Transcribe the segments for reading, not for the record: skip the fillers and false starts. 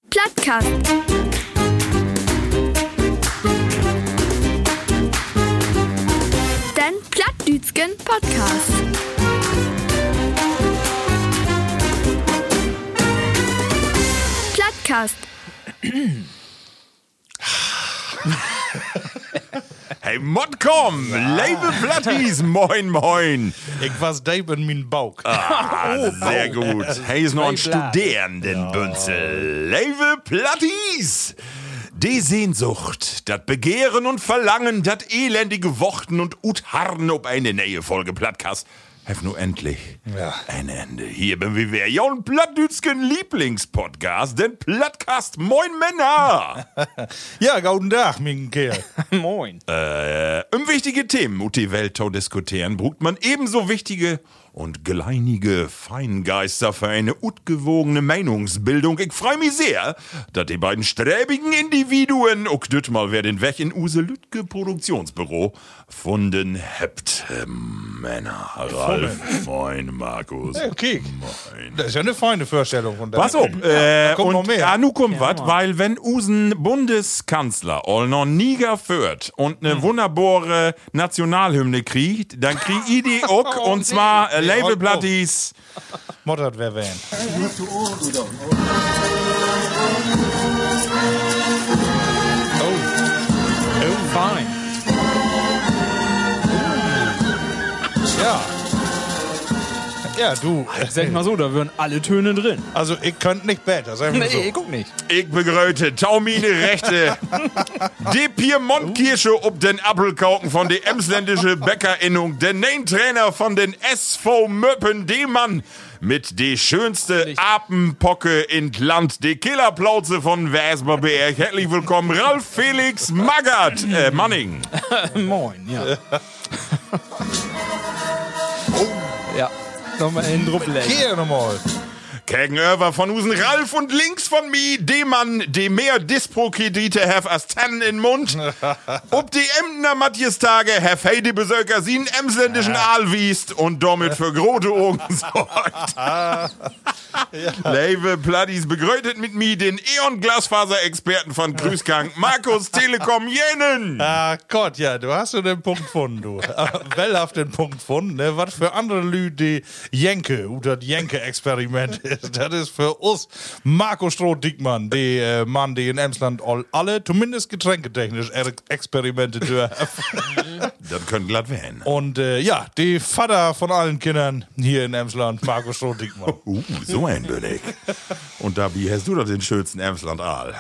Plattcast. Den Plattdütschen Podcast. Plattcast. Hey Modcom, liebe Platties, moin moin. Ich was deep in min Bauch. Sehr gut. Hey, ist noch ein Studierendenbünzel. Liebe Platties. Die Sehnsucht, das Begehren und Verlangen, das elendige Worten und Utharren ob eine neue Folge Plattkast. Hef nur endlich ein Ende. Hier bin wir wieder. Ja, und Plattdütschen Lieblingspodcast, den Plattkast. Moin Männer. Ja, guten Tag, mein Kerl. Moin. Wichtige Themen ut die Welt zu diskutieren, braucht man ebenso wichtige und gleinige Feingeister für eine utgewogene Meinungsbildung. Ich freu mich sehr, dass die beiden sträbigen Individuen auch düt mal wer den Weg in Use Lütke Produktionsbüro funden hebt. Männer, Ralf, moin, Markus. Okay, Moin. das ist ja eine feine Vorstellung von der. Pass auf, kommt noch mehr. nu kommt was, weil wenn Usen Bundeskanzler all noch Niger führt und eine wunderbare Nationalhymne kriegt, dann krieg ich die auch, und zwar Label Platties. Mottert wer wählen. Fine. Ja. Ja, du. Sag mal so, da wären alle Töne drin. Also, ich könnte nicht besser, sagen wir so. Nee, guck nicht. Ich begrüße Taumine Rechte. Die Piemontkirche ob den Appelkauken von der emsländische Bäckerinnung, der Trainer von den SV Möppen, dem Mann mit die schönste Apenpocke in Land, die Killerplauze von Wäsberberg. Herzlich willkommen, Ralf Felix Magath, Manning. Moin, ja. Ja, nochmal in den Druck legen. Hier nochmal. Gegenüber von Usen Ralf und links von mir, dem Mann, dem mehr Dispo-Kredite have als Tannen in Mund. Ob die Emdener Matthias-Tage have Heidi Besöker sie in emsländischen Aalwiest und damit für große Augen sorgt. Liebe Platties, begrüßet mit mir den E.ON-Glasfaser-Experten von Grüßgang, Markus Telekom Jenen. Ah Gott, ja, du hast so den Punkt gefunden, du. Wellhaft den Punkt gefunden, ne? Was für andere Lü die Jenke, oder das Jenke-Experiment ist. Das ist für uns Marco Stroh-Dickmann, der Mann, der in Emsland alle, zumindest getränketechnisch, Experimente dürfen. Das könnte glatt werden. Und ja, die Vater von allen Kindern hier in Emsland, Marco Stroh-Dickmann. So ein Bönig. Und da, wie hast du doch den schönsten Emsland Aal?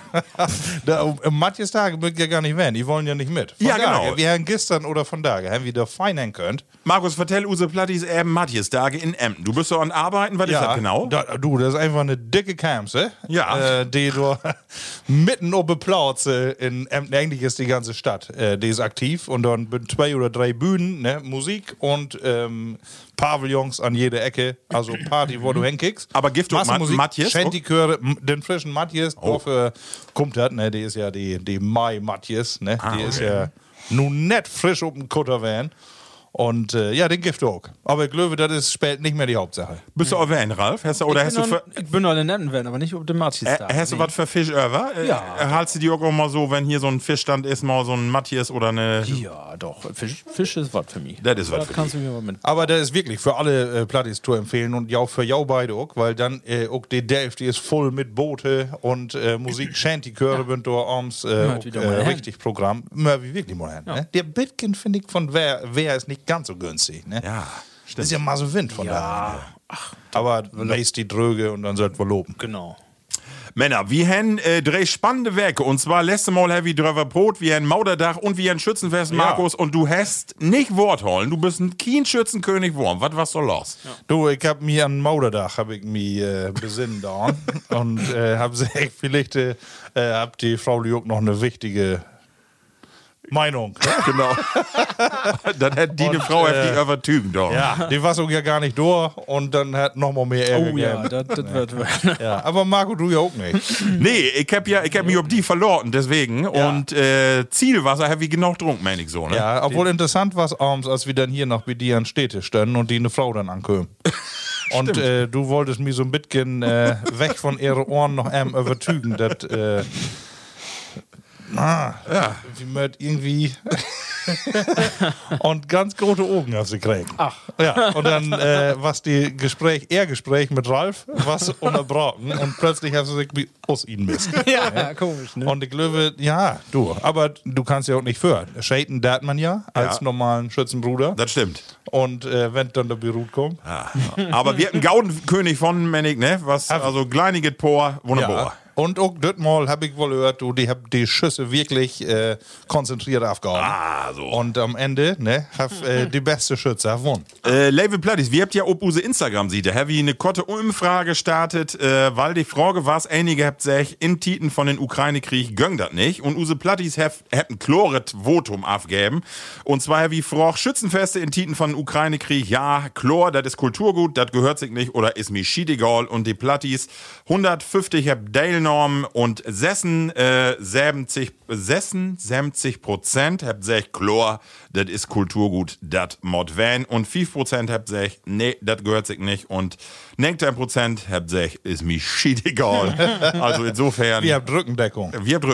Da, Matthias Tage mögt ja gar nicht werden, die wollen ja nicht mit. Von Ja, daher, genau. Wir haben gestern oder von daher, haben wir da feinen könnt. Markus, vertell Use Platties Matthias Tage in Emden. Du bist so an Arbeiten, was ist das genau? Du, das ist einfach eine dicke Kamse. Ja. Die du mitten oben Plauz in Emden, eigentlich ist die ganze Stadt, die ist aktiv und dann 2 oder 3 Bühnen, ne, Musik und Pavillons an jeder Ecke, also Party, wo du hinkickst. Aber Gift und Matthias? Shantychöre, den frischen Matthias, dafür kommt das, ne, die ist ja die Mai Matthias, ne, die ist ja nun nicht frisch auf dem Kutter werden. Und ja, den Gift auch. Aber ich glaube, das ist spät nicht mehr die Hauptsache. Bist du auch wen, Ralf? Hast du, oder hast du Ich bin noch in den Netten werden, aber nicht ob dem Matthias da. hast du was für Fisch über? Ja. Haltst du die auch mal so, wenn hier so ein Fischstand ist, mal so ein Matthias oder eine... Ja, doch. Fisch ist was für mich. Das ist was Das für kannst du mir mal mit. Aber das ist wirklich für alle Plattis zu empfehlen und ja auch für jou beide auch, weil dann auch die Delft, die ist voll mit Boote und Musik, Shanty-Chöre sind da abends wieder mal richtig Programm. Immer wie wirklich mal hin. Ne? Der Bitkin, finde ich, von wer ist nicht ganz so günstig. Ne? Ja, Das ist ja mal so Wind von da. Aber lässt die Dröge und dann sollten wir loben. Genau. Männer, wir haben 3 spannende Werke. Und zwar letzte Mal haben wir drüber Brot, wir haben Mauderdach und wir haben Schützenfest, Markus. Und du hast nicht Wort holen. Du bist ein Kien-Schützenkönig Wurm. Was soll los? Ja. Du, ich hab mir an Mauderdach mich besinnen da und hab gesagt, vielleicht habt die Frau Lück noch eine wichtige Meinung. Genau. Dann hätte die eine Frau heftig übertügen doch. Ja, die war sogar gar nicht durch und dann hat noch mal mehr Ärger Oh ja, gegeben. das wird. Ja, aber Marco, du ja auch nicht. Nee, ich hab mich ob die verloren, deswegen. Ja. Und Zielwasser hab ich genau getrunken, meine ich so, ne? Ja, obwohl interessant war es abends, als wir dann hier noch bei dir an Städte standen und die eine Frau dann ankommen. Und du wolltest mich so ein bisschen weg von ihren Ohren noch übertügen, dass sie möcht irgendwie und ganz große Augen hast sie gekriegt. Ach. Ja, und dann was die Gespräch mit Ralf, was unterbrochen und plötzlich hast du sich wie aus ihnen misst. Ja, komisch, ne? Und ich glaube, ja, du, aber du kannst ja auch nicht für. Shaten darf man ja als normalen Schützenbruder. Das stimmt. Und wenn dann der Berut kommt. Ja. Aber wir hatten Gaudenkönig von Menig, ne? Was, also kleiniges Por, wunderbar. Ja. Und auch das Mal habe ich wohl gehört, du, die haben die Schüsse wirklich konzentriert aufgehauen. Ah, so. Und am Ende, ne, hat die beste Schütze gewonnen. Level Plattis, wir habt ja ob use Instagram sieht, da habe ich eine korte Umfrage gestartet, weil die Frage war, einige habt sich in Titen von den Ukraine-Krieg gönn das nicht und use Plattis hätten chloret Votum abgeben. Und zwar habe ich Froch Schützenfeste in Titen von den Ukraine-Krieg, ja, Chlor, das ist Kulturgut, das gehört sich nicht oder ist mir schiedegal und die Plattis 150 hab Dale und 76% habt sich Chlor, das ist Kulturgut, das mod van und 5% habt sich, nee, das gehört sich nicht und 19% habt sich, ist mir schiedegal. Also insofern. Wir haben Rückendeckung.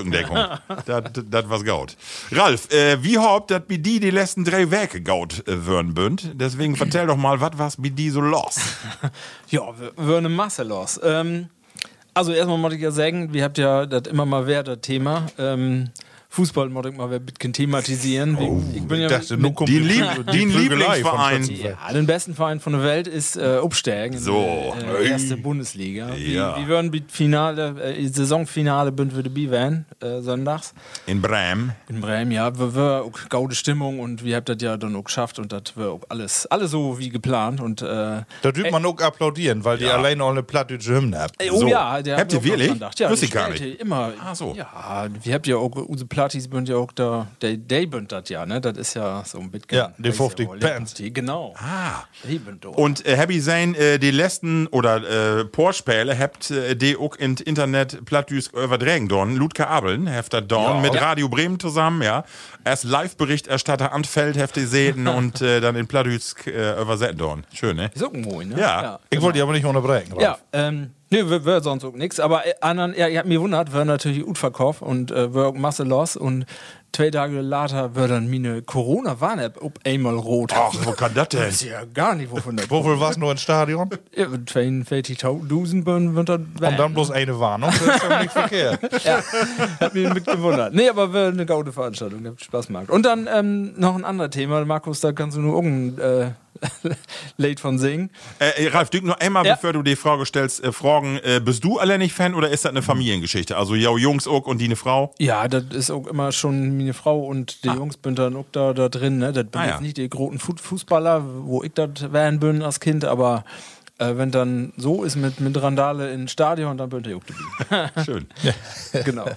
Das was gaut. Ralf, wie habt das bei die letzten 3 Werke gaut würden bünd? Deswegen erzähl doch mal, was was bei die so los? Ja, wir eine Masse los. Also erstmal muss ich ja sagen, wir habt ja das immer mal wert, das Thema. Fußball muss ich mal ein bisschen thematisieren. Ich bin ja dachte, nun kommt Die Prügelei Lieblingsverein. von Schützenfest. ja, den besten Verein von der Welt ist Upsteigen So. in die erste Bundesliga. Ja. Wir würden die Saisonfinale bünd würde Bivan sonntags In Bremen. in Bremen. Ja, wir auch gaude Stimmung und wir habt das ja dann auch geschafft und das war auch alles so wie geplant und Da dürft man auch applaudieren, weil die alleine auch eine plattdeutsche Hymne haben. oh So. ja, der Habt ihr hat wirklich? gedacht. Ja, Wusste ich die gar spielte immer. Ah, so. Ja, wir habt ja auch unsere Plattis bünd ja auch da, der bünd das ja, ne? Das ist ja so ein bisschen. Ja, die 50 Bands. Genau. Ah. Die bünd auch. Und Happy sein, die letzten oder Porspiele habt die auch in Internet plattdüsk übertragen dorn. Ludger Abeln habt das dorn mit Radio Bremen zusammen, ja. Erst Live-Berichterstatter Antfeld habt ihr sehen und dann in plattdüsk übersetzen dorn. Schön, ne? Ist auch ein Moin, ne? Ja. Ich wollte die aber nicht unterbrechen, Ralf. Ja, nee, wir sonst auch nichts. Aber anderen, ja, ihr habt mich gewundert, wir natürlich gut verkauft und wir auch Masse los und 2 Tage later wird dann meine Corona-Warn-App ob einmal rot. Ach, wo kann das denn? Das ist ja gar nicht, wovon das Wofür warst du nur ins Stadion? ja, 42.000 wird das Und dann bloß eine Warnung, das ist doch nicht verkehrt. ja, hat mich mitgewundert. Nee, aber wir eine gaude Veranstaltung, der Spaß gemacht. Und dann noch ein anderes Thema, Markus, da kannst du nur irgendein Lied von singen. Ralf, du noch einmal, Ja. bevor du die Frage stellst, fragen, bist du alle nicht Fan oder ist das eine Familiengeschichte? Also, ja, Jungs auch und die eine Frau? Ja, das ist auch immer schon meine Frau und die Jungs bin dann auch da drin. Ne? Das bin Ah, jetzt ja. nicht die großen Fußballer, wo ich das werden bin als Kind, aber wenn dann so ist mit Randale im Stadion, dann bin ich auch dabei. Schön. Genau.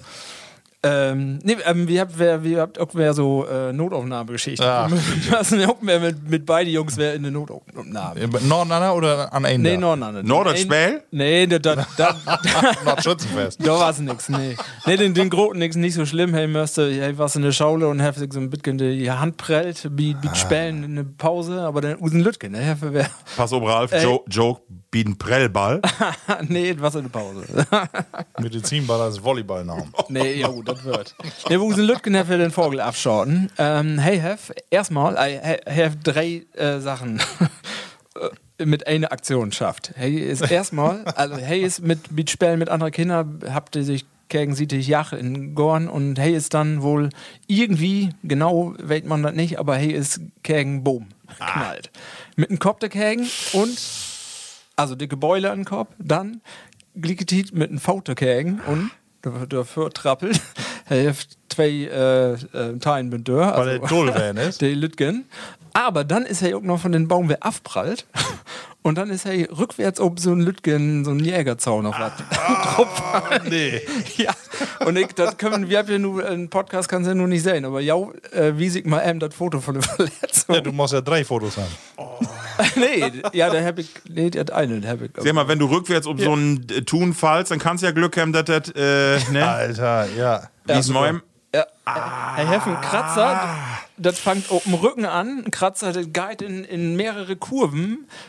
Wir habt auch mehr so Notaufnahmegeschichten. Ach. Wir müssen auch mehr mit beiden Jungs wer in der Notaufnahme. Nebeneinander oder an einem? Nee, nein. Nordrhein-Spiel? Nee, da Nordschützenfest. da war's nix, nee. Nee, den Groten nix nicht so schlimm. Hey, hey, was in der Schaule und hab sich so ein bisschen die Hand prellt, wie Spälen in eine Pause, aber dann Usen Lütgen, ne? Pass auf, Ralf, Joke, bieten Prellball. Nee, was in der Pause. Medizinball als Volleyballnamen. Nee, ja gut, das wird. Nee, Usen Lütgen hat den Vogel abschauten. Hey, erstmal, have 3 Sachen mit einer Aktion schafft. Hey ist erstmal, also hey ist mit Spielen mit anderen Kindern, habt ihr sich gegen sich Jach in Gorn und hey ist dann wohl irgendwie, genau weiß man das nicht, aber hey ist gegen Boom knallt. Mit einem Kopf dagegen und also dicke Beule an den Kopf, dann Glikitit mit einem Foto dagegen und dafür trappelt. Er hat 2 Teilen mit Dörr. Weil er doll werden ist. Die Lütgen. Aber dann ist er auch noch von den Baum wer abprallt. Und dann ist er rückwärts ob so ein Lütgen, so ein Jägerzaun auf was drauf. Nee. Ja. Und wir haben ja nur einen Podcast, kannst du ja nur nicht sehen. Aber ja, wie sieht mal das Foto von der Verletzung? Ja, du musst ja 3 Fotos haben. Nee, ja, da hab ich, nee, der hat einen, der hab ich. Sag mal, wenn du rückwärts um so einen Thun fallst, dann kannst du ja Glück haben, dass das, ne? Alter, ja. Wie ist mein? Ja, er hat einen Kratzer, das fängt auf dem Rücken an. Ein Kratzer, das geht in mehrere Kurven.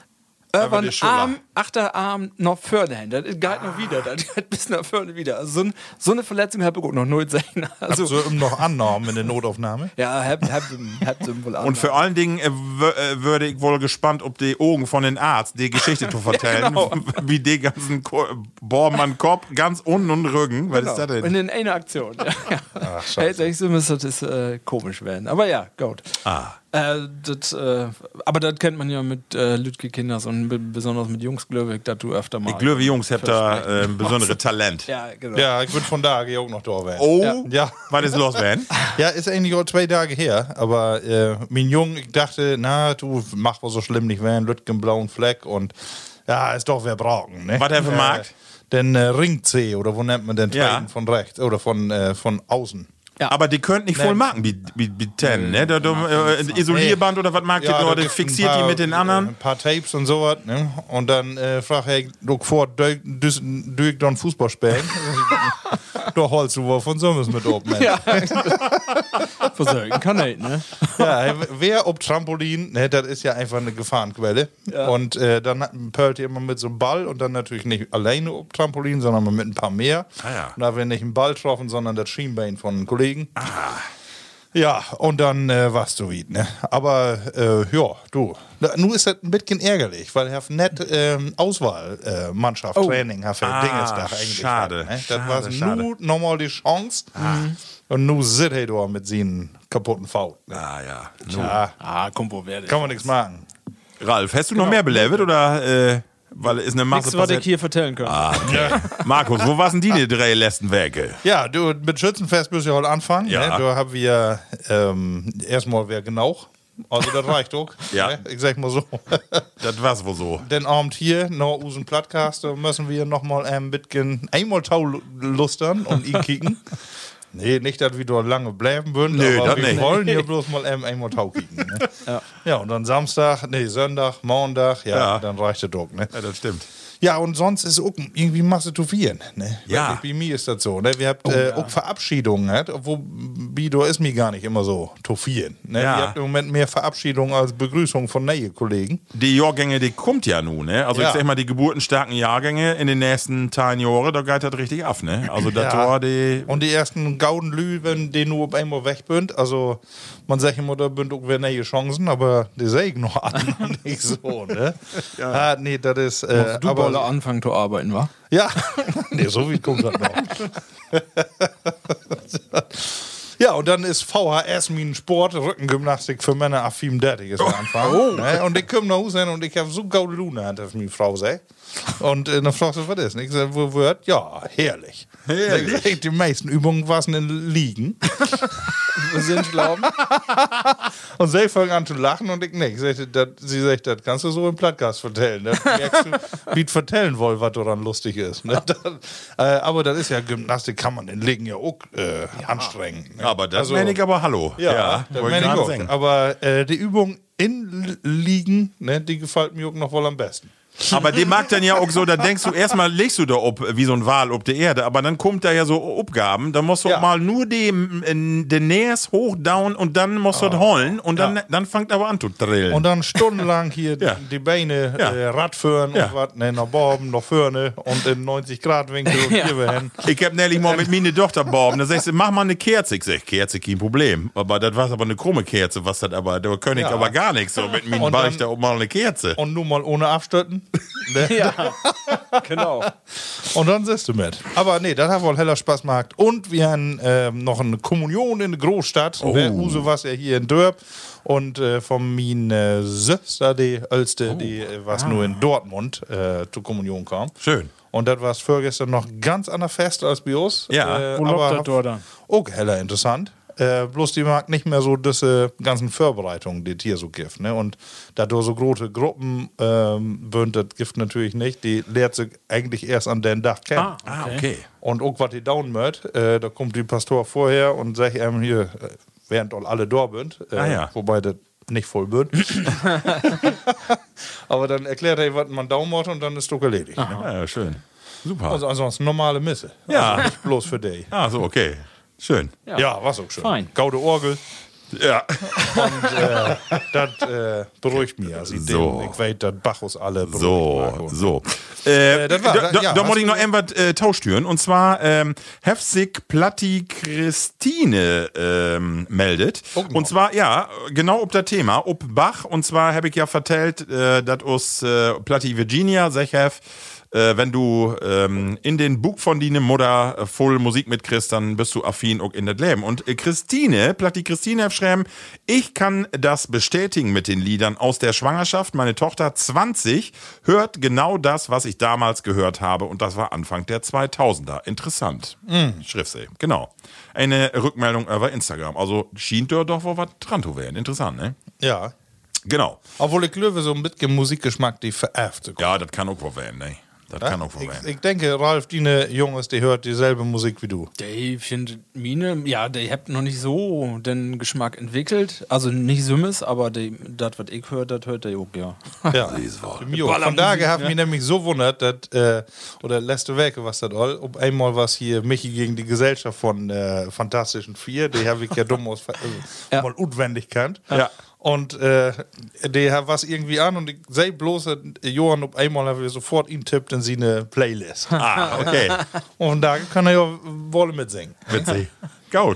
Aber die Schuller. Arm, Achterarm noch vorne hin. Das geht noch wieder. Das geht bis nach vorne wieder. Also so eine Verletzung habe ich auch noch null sehen. Also, Habt ihr noch Annahmen in der Notaufnahme? ja, hab wohl Und vor allen Dingen würde ich wohl gespannt, ob die Augen von den Arzt die Geschichte zu vertellen, genau. wie die ganzen Bormann Kopf ganz unten und Rücken. Was ist das denn? in einer Aktion. Ja. Ach, scheiße. Hey, denkst du, müsste das komisch werden. Aber ja, gut. Aber das kennt man ja mit Lütke Kinders und besonders mit Jungs, glaube ich, dass du öfter mal. Ich glaube, Jungs habt da ein besonderes Talent. Ja, genau. Ja, ich bin von da auch noch da werden. Oh, Ja. was ist los, Van? Ja, ist eigentlich auch 2 Tage her, aber mein Jung, ich dachte, na, du mach wohl so schlimm nicht werden, Lütgen blauen Fleck und ja, ist doch wer brauchen, ne? Was er für Markt? Den Ring-C oder wo nennt man den Ja. Treten von rechts oder von außen. Ja. Aber die könnt nicht voll machen, wie 10, ne? Isolierband oder was mag ihr da dort? gibt's Fixiert ein die paar, mit den anderen? Ein paar Tapes und sowas, ne? Und dann frage ich, du vor, du ich dann Fußball spielen? Doch holst du wohl von so müssen mit oben. Ja. Versorgen kann nicht, ne? Ja, wer ob Trampolin, ne, das ist ja einfach eine Gefahrenquelle. Ja. Und dann perlt ihr immer mit so einem Ball und dann natürlich nicht alleine ob Trampolin, sondern mit ein paar mehr. Ah, ja. Und da haben wir nicht einen Ball getroffen, sondern das Schienbein von einem Kollegen. Ja, und dann warst du wieder, ne? Aber ja, du. Nun ist das ein bisschen ärgerlich, weil er nicht Auswahlmannschaft Training hat für Dingestag eigentlich. schade. Ne? Schade, Das war schade. nur nochmal die Chance. Und nun sitzt er da mit seinen kaputten Faut. Ne? Ah, ja. Ja, Kumpo werde kann man nichts machen. Ralf, hast du noch mehr belebt oder weil ist eine Masse Nichts, was ich passiert? hier vertellen kann. Markus, wo waren die 3 letzten Werke? Ja, du, mit Schützenfest müssen wir heute anfangen. Ja. Ne? Da haben wir erstmal wer genau. Also das reicht auch. Ja. Ne? Ich sag mal so. Das war's wohl so. Den Abend hier, noch unseren Podcast, da müssen wir nochmal ein bisschen einmal lustern und ihn kicken. Nee, nicht, dass wir dort lange bleiben würden, Nö, aber das wir nicht. wollen hier bloß mal einmal Tau kicken. Ne? Ja, und dann Sonntag, Montag, Ja. dann reicht der Dog. Ne? Ja, das stimmt. Ja, und sonst ist auch irgendwie Masse zu vieren. Ne? Ja. Wirklich, bei mir ist das so. Ne? Wir habt auch Verabschiedungen, ne? Obwohl Bido ist mir gar nicht immer so zu vieren. Ne? Ja. Wir habt im Moment mehr Verabschiedungen als Begrüßung von neue Kollegen. Die Jahrgänge, die kommt ja nun, ne? Also Ja. ich sag mal, die geburtenstarken Jahrgänge in den nächsten 10 Jahren, da geht das richtig ab, ne? Also das war die... Und die ersten Gaudenlü, wenn die nur auf einmal weg bünd, also man sagt immer, da bünd auch wer neue Chancen, aber die sägen noch an, nicht so, ne? Ja. Nee, das ist... Du aber wolle anfangen zu arbeiten, wa? ja, nee, so wie kommt das noch. Ja, und dann ist VHS mein Sport, Rückengymnastik für Männer ab 35 ist der Anfang. Ne? Und ich komme nach Hause hin und ich habe so gaude Lune, hat das meine Frau sagt. Und dann fragst du, was ist? Und ich sage, wo wird? Ja, herrlich. Herrlich. Ich sag, die meisten Übungen waren in Liegen. Wir sind glauben. Und sie fangen an zu lachen und ich nicht. Sie sagt, das kannst du so im Podcast vertellen. Da merkst du, wie du vertellen wollen, was daran lustig ist. Ne? Aber das ist ja Gymnastik, kann man in Liegen ja auch anstrengen. Ne? Aber das Also- meine ich aber hallo. Ja, das wollte meine ich gerade auch. sagen. Aber die Übung in Liegen, ne, die gefällt mir auch noch wohl am besten. Aber die mag dann ja auch so, da denkst du, erstmal legst du da ob, wie so ein Wal ob der Erde, aber dann kommt da ja so Abgaben, da musst du Ja. mal nur den Nähers hoch, down und dann musst du das holen und dann fängt aber an zu drillen. Und dann stundenlang hier Ja. die Beine Ja. Radführen Ja. und was, ne, nach Borben, nach vorne und in 90-Grad-Winkel und hier wieder hin. Ich hab nämlich mal mit meine Tochter borben, da sagst du, mach mal eine Kerze. Ich sag, Kerze, kein Problem. Aber das war aber eine krumme Kerze, was das aber, da kann ich Ja. aber gar nichts so mit meinen Und Ball ich dann- da auch mal eine Kerze. Und nun mal ohne Abstötten. Ne? Ja, genau. Und dann siehst du mit. Aber nee, das hat wohl heller Spaß gemacht. Und wir haben noch eine Kommunion in der Großstadt. Wer Use was ja hier in Dörp. Und von meiner Schwester, die Älteste, die was nur in Dortmund zur Kommunion kam. Schön. Und das war vorgestern noch ganz anders fest als bei uns. Ja. Wo läuft das da dann? Auch heller interessant. Bloß die mag nicht mehr so diese ganzen Vorbereitungen, die hier so gibt. Ne? Und da du so große Gruppen bünd, das Gift natürlich nicht. Die lehrt sich eigentlich erst an den Tag kennen. Ah, okay. Und auch was die down möcht, da kommt die Pastor vorher und sagt ihm hier, während alle da bünd, ja. wobei das nicht voll bünd. Aber dann erklärt er, was man down macht und dann ist doch erledigt. Ne? Ja, schön. Super. Also ansonsten normale Misse. Ja. Also nicht bloß für dich. Ah, so, okay. Schön. Ja, war's auch schön. Fein. Gaude Orgel. Ja. Und das beruhigt mich. Also So. ich weiß, dass Bacchus alle beruhigt. So. das war- ja, Da hast muss ich du- noch irgendwas tauschtüren. Und zwar Hefsig Platti Christine meldet. Und zwar, ja, genau ob das Thema, ob Bach. Und zwar habe ich ja vertellt, dass us Platti Virginia, Sechhef, wenn du in den Buch von deiner Mutter voll Musik mitkriegst, dann bist du affin auch in das Leben. Und Christine, Platti Christine hat geschrieben, ich kann das bestätigen mit den Liedern aus der Schwangerschaft. Meine Tochter 20 hört genau das, was ich damals gehört habe. Und das war Anfang der 2000er. Interessant. Schriftsee, genau. Eine Rückmeldung über Instagram. Also schien dort doch wohl was dran zu werden. Interessant, ne? Ja. Genau. Obwohl ich glaube, so ein bisschen Musikgeschmack, die vererbt. Ja, das kann auch wohl werden, ne? Das kann auch wohl werden. Ich denke, Ralf, die Jungs, die hört dieselbe Musik wie du. Die findet Mine, ja, die habt noch nicht so den Geschmack entwickelt. Also nicht Sümmes, aber das, was ich höre, das hört der auch, ja. Ja, von daher hat mich nämlich so wundert, dass, oder letzte Woche was das all, ob einmal was hier Michi gegen die Gesellschaft von Fantastischen Vier, die habe ich ja dumm aus mal utwendig kennt. Ja. Und der hat was irgendwie an und ich sehe bloß, dass Johann auf einmal haben wir sofort ihn tippt in seine Playlist. Ah, okay. Und da kann er ja wohl mitsingen. Witzig. Gut.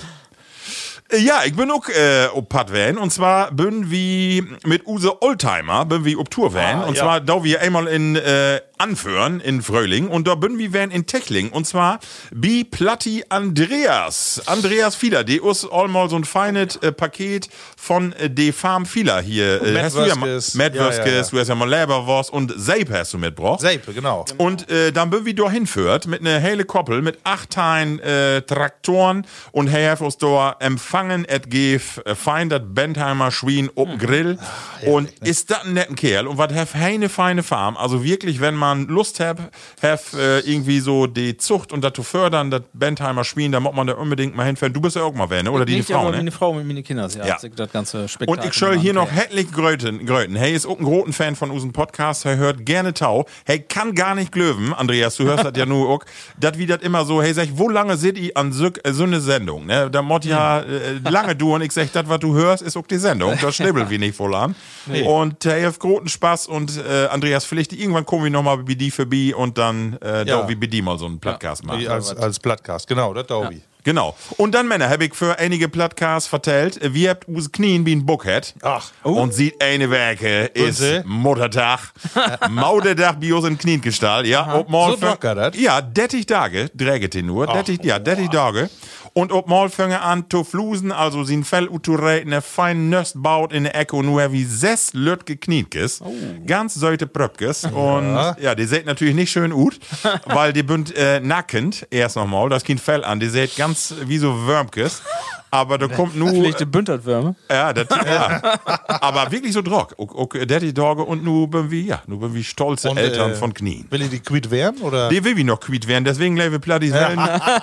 Ja, ich bin auch op Pad Van. Und zwar bin wie mit Use Oldtimer, bin wie op Tour Van. Und zwar da wir einmal in Anführen in Fröhling. Und da bin wir Van in Techling. Und zwar bi Platti Andreas. Andreas Fieler, die us allmal so ein feines Paket von de Farm Fieler hier. Hast du ja mal Matt Wurskes, du hast ja mal Leberwurst und Seip hast du mitgebracht. Seipe, genau. Und dann bin wir da hinführt mit einer hele Koppel mit 8 Teilen Traktoren und Herr uns da empfangen et gef fein dat Bentheimer Schwein op Grill und ist das ein netten Kerl und was hef eine feine Farm, also wirklich, wenn man Lust hat, irgendwie so die Zucht und das zu fördern, das Bentheimer Schwein, da muss man da unbedingt mal hinfahren. Du bist ja auch mal wer, ne? Oder die Nicht, Frau, aber ne? meine Frau mit meinen Kindern, ja. Ja. Das ganze Spektakel. Und ich soll hier noch gemacht, hettlich Gröten. Hey, ist auch ein großen Fan von unserem Podcast. Er hört gerne Tau. Hey, kann gar nicht glöwen. Andreas, du hörst das ja nur auch. Das wie das immer so. Hey, sag ich, wo lange seht ihr an so eine Sendung? Ne? Da muss ja lange du und ich sag, das, was du hörst, ist auch die Sendung. Da schnibbeln wir nicht voll an. Und hey, hat großen Spaß und Andreas, vielleicht irgendwann kommen wir nochmal bei die für B und dann da wie bei die mal so einen Podcast machen. Als Podcast, genau, das Daubi. Genau. Und dann, Männer, habe ich für einige Podcasts vertellt, wie habt us Knien wie ein Buckhead. Ach. Und sieht eine Werke, ist Muttertag, Mauderdach bei uns in Kniengestall, ja. Ob mal So locker, das? ja, 30 Tage, träget ihn nur, 30 Tage. Und ob mal fange an zu flusen, also sin Fell utureit, ne fein Nöst baut in der Ecke und nur wie 6 Lütge Knietges. Ganz solche Pröpkes. Und ja, die seht natürlich nicht schön ut, weil die bünd nackend, erst nochmal, das Kind Fell an, die seht ganz wie so Würmkes. Aber da kommt nur. Vielleicht die Büntertwürme. Ja, aber wirklich so drock. Okay, Daddy Dogge und nu bin wie stolze Und, Eltern von Knien. Will ich die quitt werden, oder? Die will wie noch quiet werden, deswegen lebe Platti sein.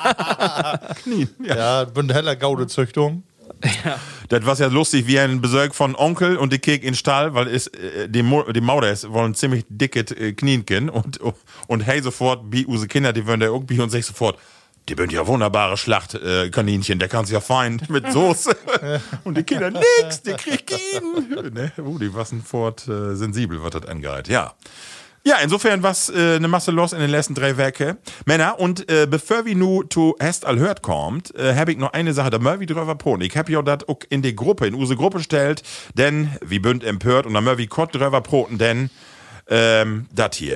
Knien. Ja. Ja, bin heller Gaudezüchtung. Das war ja lustig, wie ein Besuch von Onkel und die Kek in Stall, weil die Mauders wollen ziemlich dicke Knienken und hey sofort, wie unsere Kinder, die wollen da irgendwie und sich sofort, die sind ja wunderbare Schlachtkaninchen, der kann sich ja fein mit Soße. Und die Kinder, nix, die kriegt ihn. Ne? Die waren fort sensibel, was das angeht, ja. Ja, insofern was eine Masse los in den letzten 3 Werke. Männer, und bevor wir nu zu Hest all hört kommt, habe ich noch eine Sache, da mal wie drüber ponen. Ich habe ja das auch in die Gruppe, in unsere Gruppe stellt, denn wie bünd empört und dann mal wie kott drüber poten, denn das hier.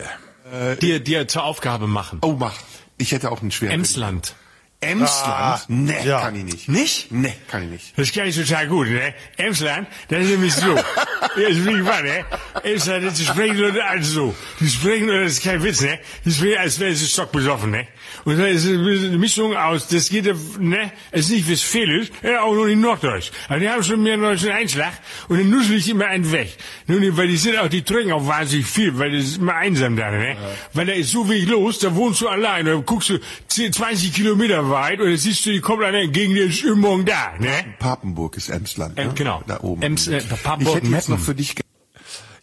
Dir zur Aufgabe machen. Oh, mach. Ich hätte auch einen schweren. Emsland. Emsland? Nee, ja. kann ich nicht. Nicht? Nee, kann ich nicht. Das kann ich total gut, ne? Emsland, das ist nämlich so. Ja, ist wirklich wahr, ne? Emsland, die sprechen Leute also so. Die sprechen, das ist kein Witz, ne? Die sprechen, als wären sie stockbesoffen, ne? Und das ist eine Mischung aus, das geht, ne? Es ist nicht Westfälisch, auch noch nicht Norddeutsch. Aber die haben schon mehr deutschen Einschlag und dann nussel ich immer einen weg. Nun, weil die trinken auch wahnsinnig viel, weil das ist immer einsam da, ne? Ja. Weil da ist so wenig los, da wohnst du allein, dann guckst du 20 Kilometer weit und dann siehst du, die kommen einer entgegen, der ist immer morgen da, ne? Papenburg ist Emsland, ne? Genau. Da oben. Papenburg, ich hätte jetzt Meppen. noch für dich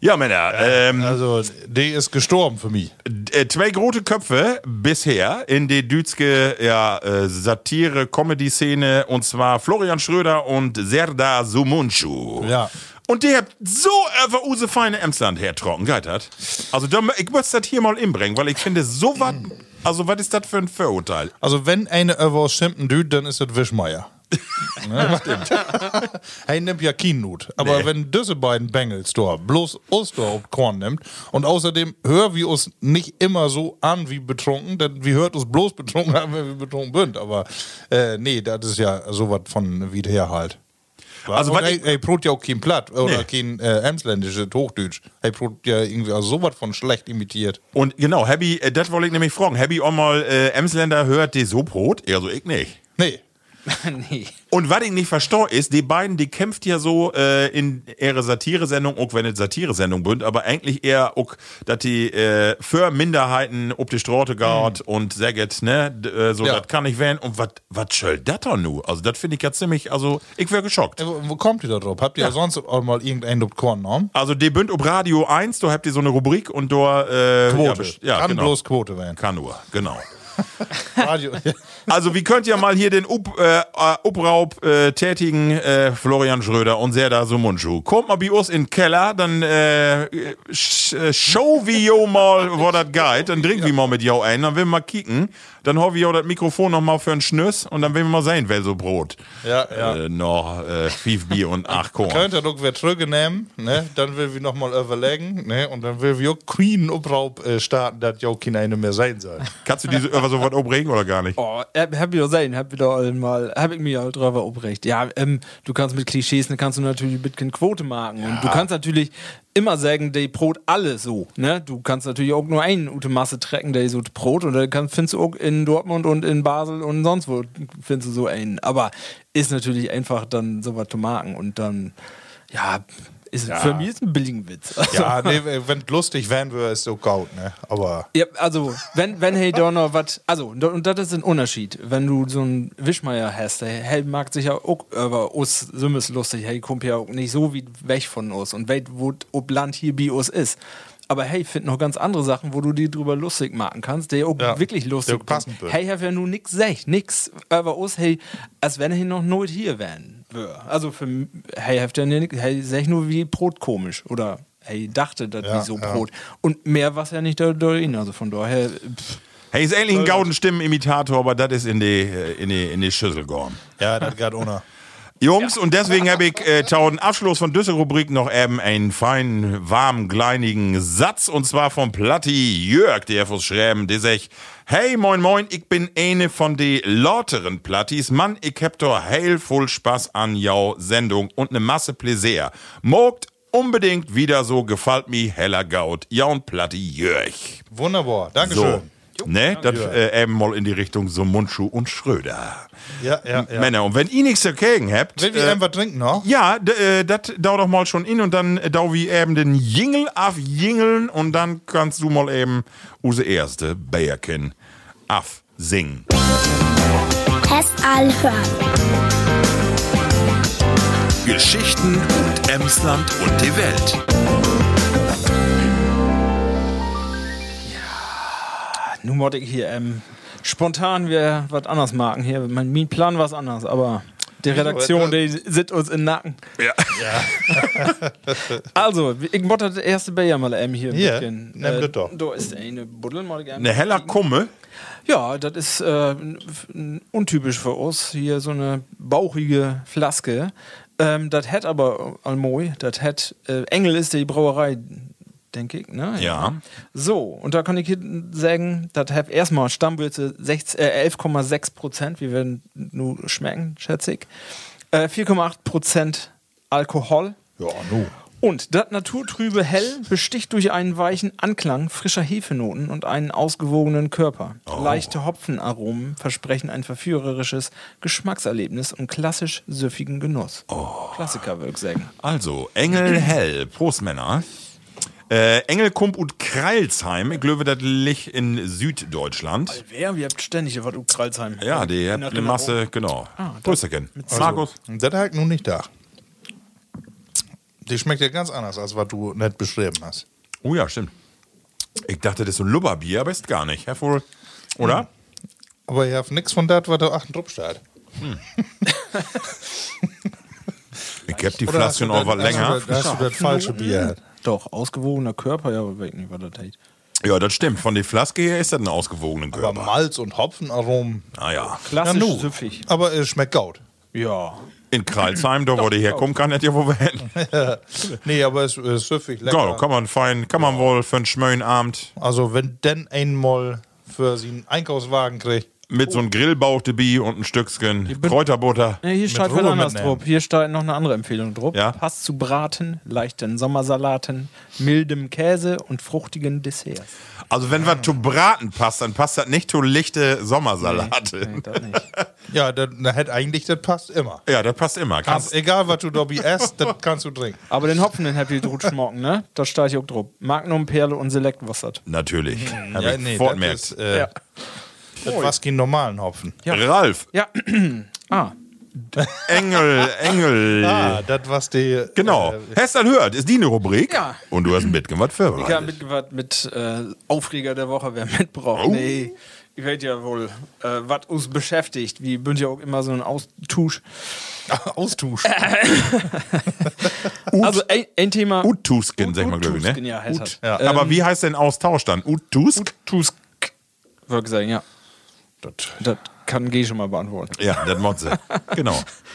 Ja, Männer, Also, die ist gestorben für mich. zwei große Köpfe bisher in die dütske Satire-Comedy-Szene, und zwar Florian Schröder und Serdar Sumuncu. Ja. Und die habt so über use feine Emsland hertrocken, geitert. Also ich muss das hier mal inbringen, weil ich finde, so was, also was ist das für ein Vorurteil? Also, wenn eine über Schimpfen tut, dann ist das Wischmeier. Ne? Stimmt. Er nimmt ja keinen Nut. Aber wenn diese beiden Bengels da bloß Oster auf Korn nimmt und außerdem hören wir uns nicht immer so an wie betrunken, denn wir hört uns bloß betrunken an, wenn wir betrunken sind. Aber nee, das ist ja sowas von wieder halt. Also, und was er brot ja auch kein Platt oder kein emsländisches Hochdeutsch. Er brot ja irgendwie also sowas von schlecht imitiert. Und genau, das wollte ich nämlich fragen. Happy auch mal Emsländer hört die so Brot? Also ich nicht. Nee. Nee. Und was ich nicht verstehe, ist, die beiden, die kämpft ja so in ihre Satire-Sendung, auch wenn es Satire-Sendung sind, aber eigentlich eher auch, dass die für Minderheiten ob die Straße geht und sagt, ne, so, Ja. das kann ich werden. Und was soll das doch nu? Also, das finde ich ja ziemlich, also, ich wäre geschockt. Wo kommt ihr da drauf? Habt ihr sonst auch mal irgendeinen auf Korn genommen? Also, die bünd ob Radio 1, da habt ihr so eine Rubrik und da, Quote. Ja, Kann genau. bloß Quote werden. Kann nur, genau. Radio. Also, wie könnt ihr mal hier den Obraub tätigen, Florian Schröder und Serdar Sumuncu? Kommt mal bei uns in den Keller, dann show wir jo mal, wo das geht, dann trinken wir mal mit jo ein, dann will wir mal kicken, dann haben wir jo das Mikrofon noch mal für einen Schnüss und dann will wir mal sehen, wer so Brot. Ja, ja. Noch 5 Bier und 8 Korn. Könnt ihr doch wieder zurücknehmen, ne? Dann will wir nochmal überlegen, ne? Und dann will wir auch Queen Obraub starten, dass ja keine mehr sein soll. Kannst du diese über so was abregen oder gar nicht? Oh, hab ich auch sehen, hab ich mich auch drüber aufrecht. Ja, du kannst mit Klischees, dann kannst du natürlich ein bisschen Quote machen. Und du kannst natürlich immer sagen, der Brot alle so, ne? Du kannst natürlich auch nur einen Ute Masse trecken, der so Brot, und dann findest du auch in Dortmund und in Basel und sonst wo findest du so einen. Aber ist natürlich einfach dann sowas zu machen und dann, ja, für mich ist ein billiger Witz. Also, Ja, nee, wenn es lustig werden würde, ist so gaut, ne? Aber. ja, also, wenn hey da noch was, also, und das ist ein Unterschied, wenn du so einen Wischmeier hast, der hey, mag sich ja auch über uns so lustig, hey, kommt ja auch nicht so wie weg von uns und weit, wo ob Land hier bei uns ist. Aber hey, find noch ganz andere Sachen, wo du die drüber lustig machen kannst, der auch wirklich lustig der passend wird. Hey, hab ja nun nix sech, nix über uns, hey, als wenn er noch nooit hier wären. Also für hey, habt ja nix, hey, sech nur wie Brot komisch oder hey, dachte das wie so Brot. Und mehr was ja nicht da drin, also von daher. Hey, ist eigentlich ein gauden Stimmenimitator, aber das ist in die Schüssel gegangen. Ja, das geht ohne. Jungs, und deswegen habe ich tauden Abschluss von dieser Rubrik noch eben einen feinen, warmen, kleinigen Satz, und zwar vom Platti Jörg, der fürs Schreiben, der sagt: Hey, moin, moin, ich bin eine von de lauteren Plattis. Mann, ich hab doch heil voll Spaß an jau Sendung und ne Masse Pläsier. Mogt unbedingt wieder so, gefällt mir heller Gaut. Jaun Platti Jörg. Wunderbar, Dankeschön. So. Ne, das eben mal in die Richtung so Mundschuh und Schröder. Ja. Männer, und wenn ihr nichts dagegen habt, Will wir einfach trinken noch? ja, das dauert doch mal schon in, und dann dau wie eben den Jingle afjingeln, und dann kannst du mal eben use erste Bärchen afsingen. Test Alhörn. Geschichten und Emsland und die Welt. Nun wollte ich hier spontan wir was anderes machen hier. Mein Plan war anders, aber die Redaktion, die sitzt uns im Nacken. Ja. Also, ich wollte das erste Bier mal hier Hier, bisschen. nimm das doch. Da ist eine Buddel, mal gerne. Eine heller Kumme. Ja, das ist untypisch für uns. Hier so eine bauchige Flaske. Das hat aber Almoy, das hat Engel ist die Brauerei, denke ich, ne? Ja. So, und da kann ich hier sagen, das hat erstmal Stammwürze 11,6%, wie wir nur schmecken, schätze ich. 4,8% Alkohol. Ja, nu. Und das naturtrübe Hell besticht durch einen weichen Anklang frischer Hefenoten und einen ausgewogenen Körper. Leichte Hopfenaromen versprechen ein verführerisches Geschmackserlebnis und klassisch süffigen Genuss. Klassiker, würde ich sagen. Also, Engel hell. Prost, Männer. Engel kommt und Kreilsheim. Ich glaube, das liegt in Süddeutschland. Wer? Wir habt ständig was Kralsheim. Ja, die hat eine Masse, genau. Prosterken. Markus. Das halt nun nicht da. Die schmeckt ja ganz anders, als was du nicht beschrieben hast. Oh ja, stimmt. Ich dachte, das ist so ein Lubberbier, aber ist gar nicht. Herr Voll, oder? Aber ihr habt nichts von das, was da achten drauf steht. Ich hab die Oder hast Flasken du auch was länger. Hast du das falsche Bier? Doch, ausgewogener Körper, ja, aber weiß nicht, was das heißt. Ja, das stimmt. Von der Flaske her ist das ein ausgewogener Aber Körper. Malz und Hopfenaromen. Ah ja. Klassisch nu. süffig. Aber es schmeckt gut. Ja. In Kreilsheim, da wo der herkommt, kann nicht ja wo wir hin. Nee, aber es ist süffig lecker. Ja, kann man wohl für einen schmönen Abend Also wenn denn einmal für seinen Einkaufswagen kriegt. mit so einem Grillbauch dabei und ein Stückchen Kräuterbutter. Ja, hier steht Ruhe was anderes mitnehmen. drauf. Hier steht noch eine andere Empfehlung drauf. Ja? Passt zu Braten, leichten Sommersalaten, mildem Käse und fruchtigen Desserts. Also wenn was zu braten passt, dann passt das nicht zu lichte Sommersalate. Nee, das nicht. Ja, da hätte eigentlich, das passt immer. Ja, das passt immer. Kannst, Egal, was du dabei isst, das kannst du trinken. Aber den Hopfen, den habt ihr gut schmocken, ne? Da steht hier auch drauf. Magnum, Perle und Select, was das? natürlich. Hab Ja, ich nee, fortmerkt. das ist, Ja. das war kein normalen Hopfen. Ralf, Ja. Engel. Das was die. Genau. Hast du das hört? Ist die eine Rubrik? Ja. Und du hast ein bisschen was Ich habe vorbereitet. mitgebracht mit Aufreger der Woche, wer mitbraucht. Oh. Nee, ich weiß ja wohl, was uns beschäftigt. Wie bünd ja auch immer so ein Austausch. Austausch. Also ein Thema. Utusken, sag mal, glaube ich, Utusken, ne? ja, heißt das. Ja. Aber wie heißt denn Austausch dann? Utusk? Tusk, würde ich sagen, ja. Das kann G schon mal beantworten. Ja, das Motze. Genau.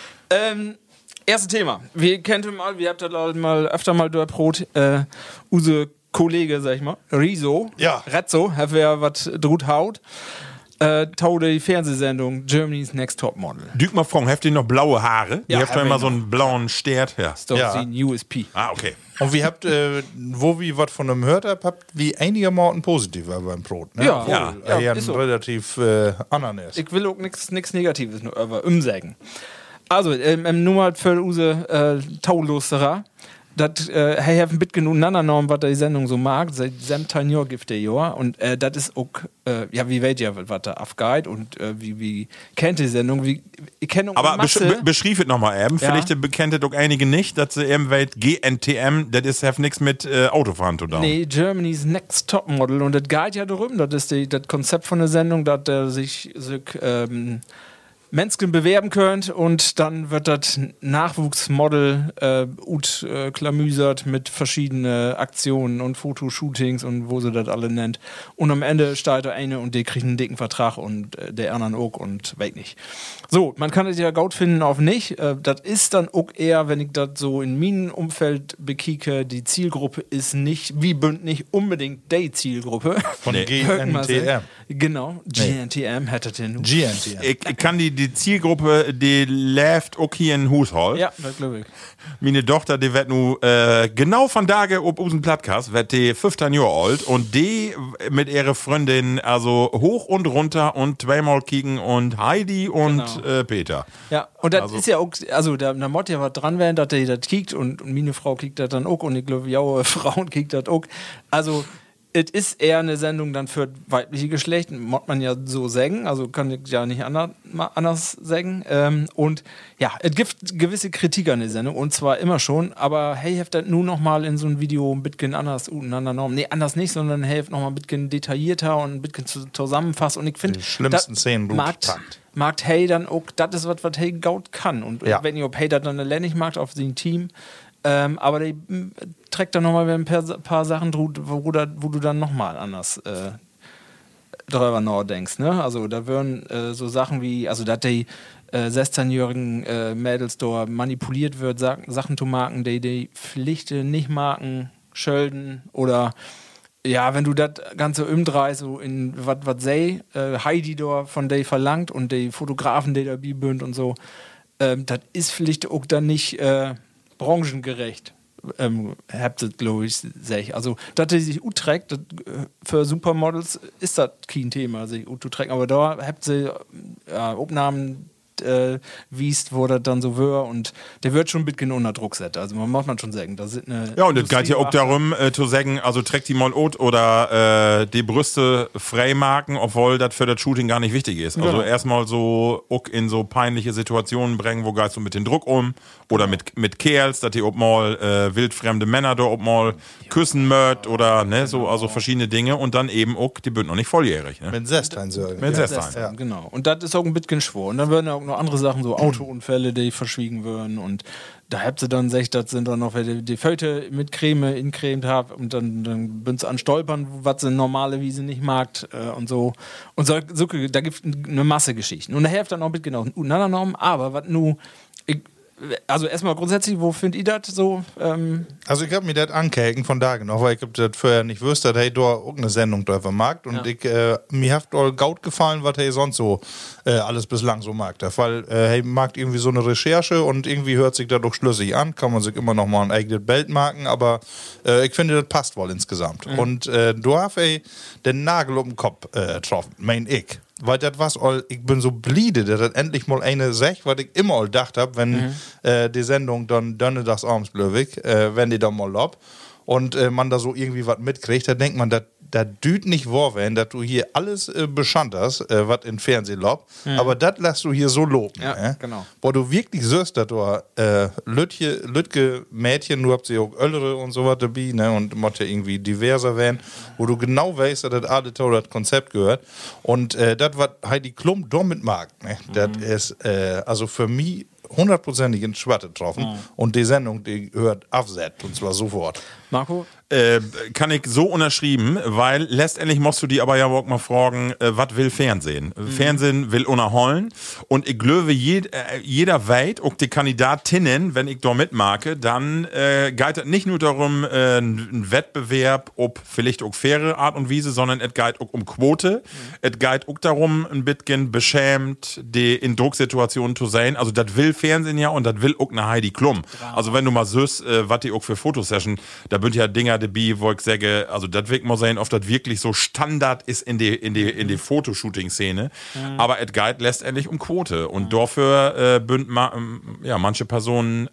Erstes Thema. Wir kennen mal, wir habt das mal öfter mal durchbrot, unser Kollege, sag ich mal, Riso, Ja. Rezzo, hat wer was drut haut, tau die Fernsehsendung Germany's Next Top Model. Dück mal fragen, habt ihr noch blaue Haare? Die Ja, habt doch hab immer ich so einen blauen Stert. Ja. Ist doch Ja. die USP. Ah, okay. Und wie habt, wo wir was von ihm gehört habt wie einigermaßen positiv war beim Brot. Ne? Ja. Obwohl Ja. er Ja, ein ist so. relativ anderen ist. Ich will auch nichts Negatives nur über umsagen. Also, nur mal für unsere Taulusterer. Das hey, haben ein bisschen untereinander, was die Sendung so mag. Seit 17 Jahren gibt der Jahr. Und das ist auch, ja, wie weht ihr, was da abgeht und wie kennt die Sendung. Ich kenne auch Aber Masse. beschrieb es nochmal eben. Ja. Vielleicht bekennt es doch einige nicht, dass sie eben weit GNTM, das ist hat nichts mit Autofahren zu tun. Nee, Germany's Next Top Model. Und das geht ja darum, das ist das Konzept von der Sendung, dass der sich Menschen bewerben könnt und dann wird das Nachwuchsmodel klamüsert mit verschiedenen Aktionen und Fotoshootings und wo sie das alle nennt. Und am Ende steht da eine und die kriegt einen dicken Vertrag und der anderen auch und weg nicht. So, man kann das ja gut finden, auch nicht. Das ist dann auch eher, wenn ich das so in meinem Umfeld bekicke, die Zielgruppe ist nicht, wie bünd nicht unbedingt die Zielgruppe. Von Hört mal GNTM. sagen. Genau, GNTM hättet ihr nun. GNTM. Ich kann die Zielgruppe, die läuft auch hier in Haushalt. Ja, das glaube ich. Meine Tochter, die wird nu genau von Tage ob unseren Podcast, wird die 15 Jahre alt und die mit ihrer Freundin also hoch und runter und zweimal kicken und Heidi und Peter. Ja, und das ist ja auch, also da muss ja was dran werden, dass der das kickt und meine Frau kickt das dann auch und ich glaube, ja, Frauen kickt das auch. Also, es ist eher eine Sendung dann für weibliche Geschlecht, muss man ja so sagen, also kann ich ja nicht anders sagen. Und ja, es gibt gewisse Kritik an der Sendung und zwar immer schon, aber hey, helft das nur noch mal in so ein Video ein bisschen anders untereinander Norm. Nee, anders nicht, sondern helft noch mal ein bisschen detaillierter und ein bisschen zusammenfasst und ich finde, Die schlimmsten Szenen gut gepackt. mag Hey dann auch, das ist was Hey gaut kann und Ja. ich weiß nicht, ob Hey das dann nicht macht auf sein Team. Aber die trägt dann nochmal ein paar Sachen, wo du dann nochmal anders drüber nachdenkst. Ne? Also da würden so Sachen wie, also dass die 16-jährigen Mädels da manipuliert wird, Sachen zu marken, die Pflichten nicht marken, schölden oder ja, wenn du das Ganze umdrehst, so in was sei Heidi da von der verlangt und die Fotografen, die da bünd und so, das ist vielleicht auch dann nicht branchengerecht. Habt ihr, glaube ich, sag ich. Also, dass die sich trägt, für Supermodels ist das kein Thema, sich zu tragen. Aber da habt ihr Aufnahmen, wiest, wo das dann so wird und der wird schon ein bisschen unter Druck setzen. Also man muss schon sagen, da sind eine Ja, und es geht ja auch darum, zu sagen, also trägt die mal out oder die Brüste freimarken, obwohl das für das Shooting gar nicht wichtig ist. Also erstmal so auch in so peinliche Situationen bringen, wo gehst du mit dem Druck um oder mit Kerls, dass die auch mal wildfremde Männer da auch mal küssen mögt oder ne, so, also verschiedene Dinge und dann eben auch, die sind noch nicht volljährig. Ne? Mit Sestein sagen. Mit Sestein. Ja, genau. Und das ist auch ein bisschen schwor. Und dann werden auch noch andere Sachen, so Autounfälle, die verschwiegen werden. Und da habt ihr dann gesagt, das sind dann noch, wenn die Föte mit Creme incremt habt und dann bünd's an Stolpern, was sie normale Wiese nicht mag und so. Und so, da gibt es eine Masse Geschichten. Und da hilft dann auch ein bisschen auseinander, aber was nu, also erstmal grundsätzlich, wo findet ihr das so? Also ich habe mir das angehängt von da noch, weil ich hab das vorher nicht wusste, dass hey da auch eine Sendung drüber mag und mir hat all gaut gefallen, was hey sonst so alles bislang so mag. Weil hey mag irgendwie so eine Recherche und irgendwie hört sich das doch schlüssig an, kann man sich immer noch mal ein eigenes Bild marken, aber ich finde, das passt wohl insgesamt. Und du hast hey den Nagel um den Kopf getroffen, mein ich. Weil das was all, ich bin so bliede, dass das endlich mal eine sagt, was ich immer all gedacht habe, wenn die Sendung dann das abends blöwig, wenn die dann mal lob und man da so irgendwie was mitkriegt, da denkt man, da düht nicht wahr werden, dass du hier alles beschannt hast, was im Fernsehen lobt, aber das lässt du hier so loben. Ja, genau. Wo du wirklich siehst, dass du Lütke Mädchen, du habt sie auch Öllere und so was dabei, ne, und muss ja irgendwie diverser werden, wo du genau weißt, dass das alles zu das Konzept gehört. Und das, was Heidi Klum damit mag, ne, das ist also für mich 100%ig ins Schwatte getroffen. Und die Sendung, die hört aufsetzt, und zwar sofort. Marco? Kann ich so unterschrieben, weil letztendlich musst du die aber ja auch mal fragen, was will Fernsehen? Fernsehen will unerholen und ich glaube, jeder weit, auch die Kandidatinnen, wenn ich da mitmache, dann geht es nicht nur darum, ein Wettbewerb, ob vielleicht auch faire Art und Weise, sondern es geht auch um Quote. Es geht auch darum, ein bisschen beschämt, die in Drucksituationen zu sein. Also das will Fernsehen ja und das will auch eine Heidi Klum. Also wenn du mal siehst, was die auch für Fotosession, da sind ja Dinger dabei, wo ich sage, also das wird mal sein, ob das wirklich so Standard ist in die Fotoshooting-Szene. Aber es geht letztendlich um Quote. Und dafür bünd manche Personen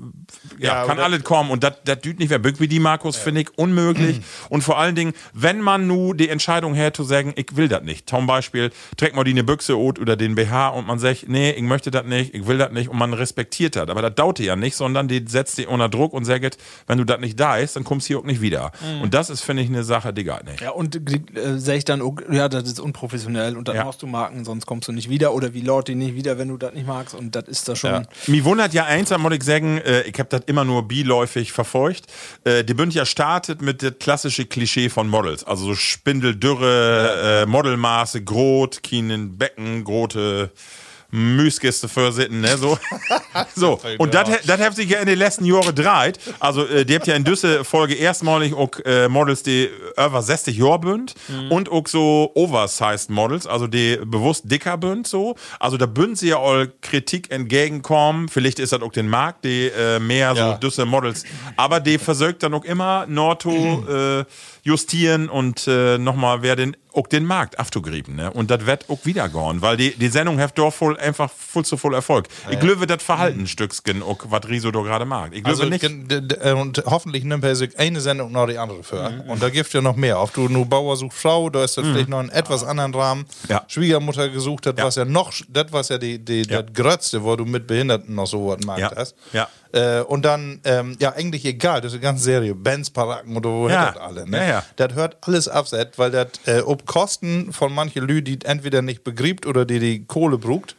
kann alles kommen. Und das düht nicht mehr. Wie die Markus, finde ich unmöglich. Und vor allen Dingen, wenn man nu die Entscheidung her zu sagen, ich will das nicht. Zum Beispiel, trägt man die eine Büchse oder den BH und man sagt, nee, ich möchte das nicht, ich will das nicht und man respektiert das. Aber das dauert ja nicht, sondern die setzt die unter Druck und sagt, wenn du das nicht da ist, dann kommst du hier auch nicht wieder. Und das ist, finde ich, eine Sache, die geht nicht. Ja, und sehe ich dann, ja, das ist unprofessionell und dann machst du Marken, sonst kommst du nicht wieder oder wie laut die nicht wieder, wenn du das nicht magst und das ist da schon. Ja. Mich wundert ja eins, da muss ich sagen, ich habe das immer nur beiläufig verfolgt. Die Bünd ja startet mit der klassische Klischee von Models, also so Spindeldürre, Modelmaße, Grot, Kienen, Becken, grote Müskiste für sitten, ne, so. So. Und das hat sich ja in den letzten Jahren dreht. Also, die habt ja in dieser Folge erstmalig auch Models, die über 60 Jahre bünd und auch so oversized Models, also die bewusst dicker bünd, so. Also, da bünd sie ja all Kritik entgegenkommen. Vielleicht ist das auch den Markt, die mehr so düsse Models. Aber die versucht dann auch immer Norto justieren und nochmal, wer auch den Markt aufzugreifen, ne? Und das wird auch wieder gehen, weil die Sendung hat doch einfach zu voll Erfolg. Ich glaube, das Verhaltensstückchen, auch was Riso da gerade mag. Ich glaube nicht. Und hoffentlich nimmt er sich eine Sendung nach die andere für. Und da gibt es ja noch mehr. Ob du nur Bauer sucht Frau, da ist das vielleicht noch einen etwas anderen Rahmen. Ja. Schwiegermutter gesucht hat, was ja noch, das was ja das Grötzte, wo du mit Behinderten noch so was magst hast. Ja. Und dann, eigentlich egal, das ist eine ganze Serie, Benz, Paraken oder wo das alle, ne? Ja. Das hört alles abset, weil das ob Kosten von manchen Lü, die entweder nicht begreift oder die Kohle brugt,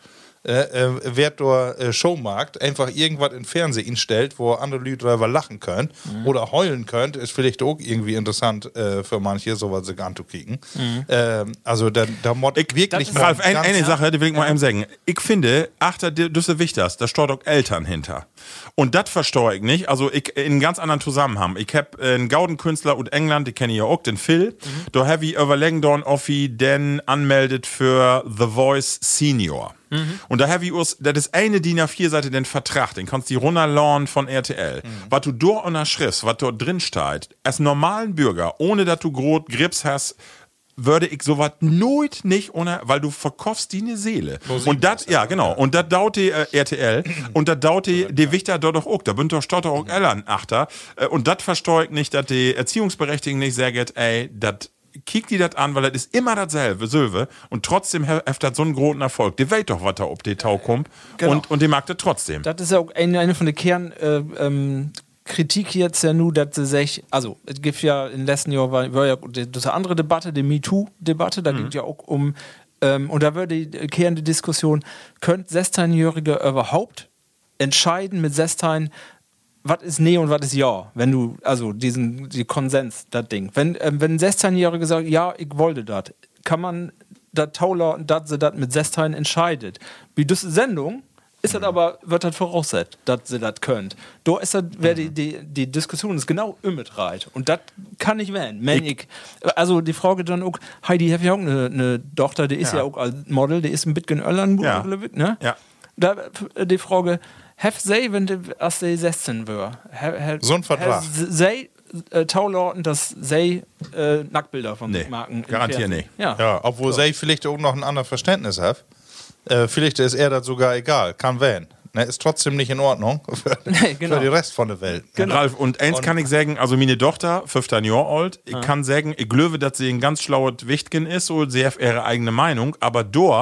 wird der Showmarkt einfach irgendwas in Fernsehen stellt, wo andere Leute drüber lachen können oder heulen könnt, ist vielleicht auch irgendwie interessant für manche, sowas sich anzukicken. Also da muss ich wirklich mal Ralf, eine Sache, die will ich mal eben sagen. Ich finde, achter das ist wichtig, da steht auch Eltern hinter. Und das verstehe ich nicht. Also ich in einem ganz anderen Zusammenhang. Ich habe einen Gaudenkünstler aus England, die kenne ich ja auch, den Phil. Da habe ich überlegen, ob ich den anmeldet für The Voice Senior. Und da habe ich das ist eine DIN A4-Seite, den Vertrag, den kannst du runterladen von RTL. Was du dort unterschriftst, was dort drin steht, als normalen Bürger, ohne dass du groß Grips hast, würde ich sowas nooit nicht ohne, weil du verkaufst die eine Seele. Und das, ja, genau. Und das daut die RTL und das daut die Wichter dort auch. Da bünd doch Stotter auch Ellen achter. Und das versteuert nicht, dass die Erziehungsberechtigten nicht sagen, ey, das kick die das an, weil das ist immer dasselbe, Silve. Und trotzdem hat das so einen großen Erfolg. Die weiß doch, was da ob die Tau kommt. Genau. Und die mag das trotzdem. Das ist ja auch eine von den Kritik jetzt ja nur, dass sie sich, also es gibt ja in den letzten Jahren war ja das andere Debatte, die MeToo-Debatte, da geht ja auch um, und da würde die kehrende Diskussion, könnte 16-Jährige überhaupt entscheiden mit 16, was ist Nee und was ist Ja, wenn du, also die Konsens, das Ding. Wenn ein 16-Jähriger sagt, ja, ich wollte das, kann man das tauler, dass sie das mit 16 entscheidet. Wie diese Sendung ist das aber, wird das voraussetzt, dass sie das könnt. Da ist das, die Diskussion ist genau umgedreht. Und das kann ich wählen. Also die Frage dann auch, Heidi hat ja auch eine Tochter, die ist ja auch als Model, die ist ein bisschen Öllern, ne? Ja. Da die Frage, have sie, wenn die, als sie 16 war, So ein Vertrag. Sie Taulauten, dass sie Nacktbilder von Marken garantiert nicht. Ja, obwohl sie vielleicht auch noch ein anderes Verständnis hat. Vielleicht ist er das sogar egal, kann wählen. Ne, ist trotzdem nicht in Ordnung für, für den Rest von der Welt. Genau. Ralf, und eins kann ich sagen, also meine Tochter, 15 Jahre alt, ich kann sagen, ich glaube, dass sie ein ganz schlaues Wichtgen ist, so sie hat ihre eigene Meinung, aber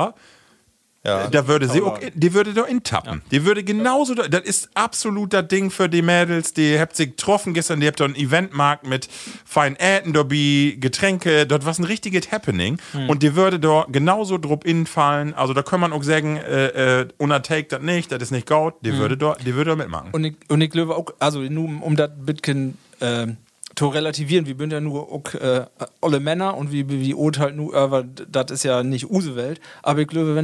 da würde sie auch, die würde da intappen. Ja. Die würde genauso, das ist absolut das Ding für die Mädels, die habt sich getroffen gestern, die habt da einen Eventmarkt mit feinen Äten, dabei Getränke, dort war ein richtiges Happening und die würde da genauso drauf infallen, also da kann man auch sagen, untertake das nicht, das ist nicht gut, die würde da mitmachen. Und ich glaube auch, also nur um das bisschen zu relativieren, wir sind ja nur auch, alle Männer und wie urteilt nur, aber das ist ja nicht unsere Welt, aber ich glaube,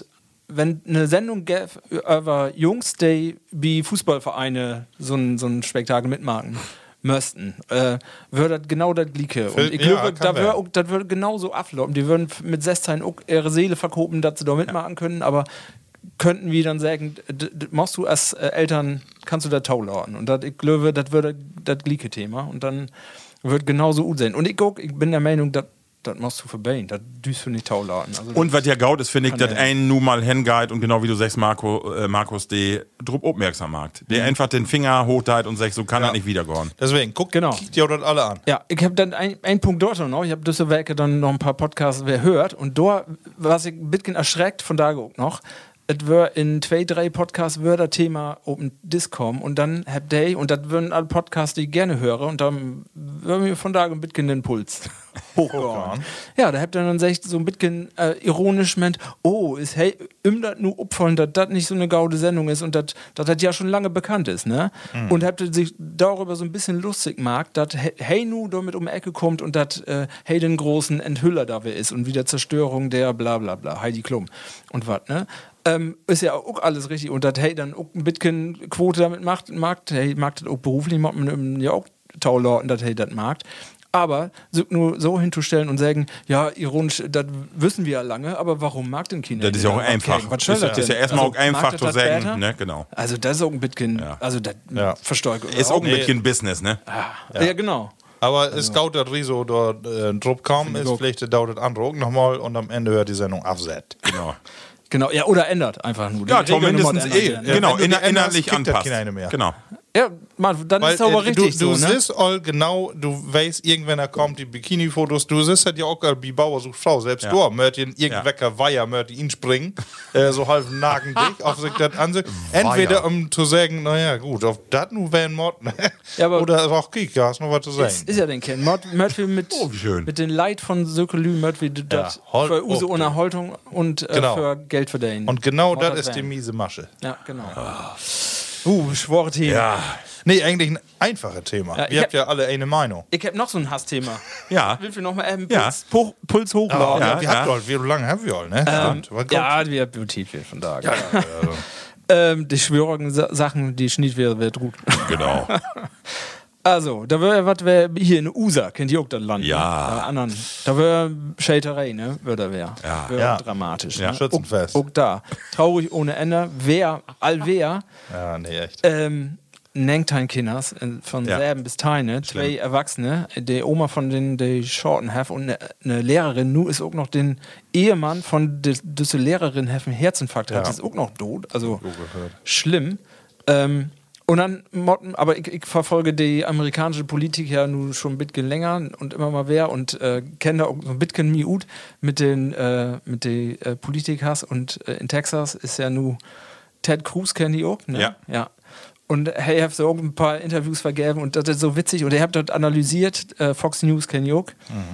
wenn eine Sendung gäbe über Jungs, die wie Fußballvereine so ein Spektakel mitmachen müssten, würde das genau das gleiche. Und ich glaube, das würde genauso ablaufen. Die würden mit 16 auch ihre Seele verkopen, dass sie da mitmachen können, aber könnten wir dann sagen, machst du als Eltern, kannst du da taulauten. Und ich glaube, das würde das gleiche Thema. Und dann wird genauso gut sein. Und ich bin der Meinung, das machst du verbinden. Das düst du nicht taulauten. Also und was ja gaut ist, finde ich, dass ein nun mal hingeht und genau wie du sagst, Markus, die drauf aufmerksam macht. Der einfach den Finger hochdreht und sagt, so kann er nicht wiedergehen. Deswegen, kickt ihr das alle an. Ja, ich habe dann einen Punkt dort noch. Ich habe diese Werke dann noch ein paar Podcasts gehört. Und da war ich ein bisschen erschreckt von da auch noch. Es wird in 2-3 Podcasts das Thema Open Discom und dann habt ihr, und das würden alle Podcasts, die ich gerne höre, und dann würden wir von da ein bisschen den Puls hochgehen. Ja, da habt ihr dann so ein bisschen ironisch meint, ist hey, das nur opfern, dass das nicht so eine gaude Sendung ist und dass das ja schon lange bekannt ist, ne? Und habt ihr sich darüber so ein bisschen lustig gemacht, dass hey nu damit um die Ecke kommt und dass hey den großen Enthüller da ist und wieder Zerstörung der bla bla bla, Heidi Klum und was, ne? Ist ja auch alles richtig und dass hey dann auch ein bisschen Quote damit macht, hey, mag das auch beruflich, macht man ja auch Taulauten, dass hey das mag. Aber nur so hinzustellen und sagen, ja, ironisch, das wissen wir ja lange, aber warum mag denn China? Das ist ja auch einfach. Was das ist ja erstmal auch einfach zu sagen, ne, genau. Also das ist auch ein bisschen, also das versteuert. Ist auch ein bisschen Business, ne? Ja, genau. Aber es dauert das Riso dort Druck kaum, ist vielleicht dauert das andere auch nochmal und am Ende hört die Sendung aufset. Genau, ja, oder ändert einfach nur. Ja, mindestens genau, innerlich anpasst. Genau. Ja, dann ist es aber richtig du so, siehst all genau, du weißt, irgendwann da kommt die Bikini-Fotos, du siehst halt ja auch wie Bauer sucht Frau, selbst du, Mörtchen, irgendwecker Weiher, Mörtchen ihn springen, so halb nagen dich, auf sich das ansehen. Entweder um zu sagen, naja, gut, auf das nur wäre ein Mord, ne? Oder auch Krieg, ja, hast noch was zu sagen. Ist ja den Kind. Mörtchen mit den Leid von Sökelü, Mörtchen, das für Use ohne Haltung und für Geld verdienen. Und genau das ist die miese Masche. Ja, genau. Schwore Thema. Ja. Nee, eigentlich ein einfaches Thema. Ja, ihr habt ja alle eine Meinung. Ich hab noch so ein Hassthema. Ja. Will wir noch mal Puls hochladen? Wie lange haben wir all, ne? Wir haben tief von da. Die schwierigen Sachen, die Schnitt wird gut. Genau. Also, da wäre was hier in USA, kennt ihr auch das Land? Ja. Ne? Da wäre Schäterei, ne? Würde wäre. Ja. Dramatisch. Ja. Ne? Schützenfest. Auch da. Traurig ohne Ende. Wer. Ja, nee, echt. Kinders von Ja. 7 bis 10, zwei Erwachsene, die Oma von den die Shorten have und eine Lehrerin, nu ist auch noch den Ehemann von dieser Lehrerin have einen Herzinfarkt, hat ist auch noch tot, also schlimm. Und dann, aber ich verfolge die amerikanische Politik ja nun schon ein bisschen länger und immer mal wer und kenne da auch so ein bisschen miut mit den Politikers und in Texas ist ja nun Ted Cruz, kennen die auch, ne? Ja. Und hey, ich habe so auch ein paar Interviews vergeben und das ist so witzig und ich habe dort analysiert, Fox News kennen die auch.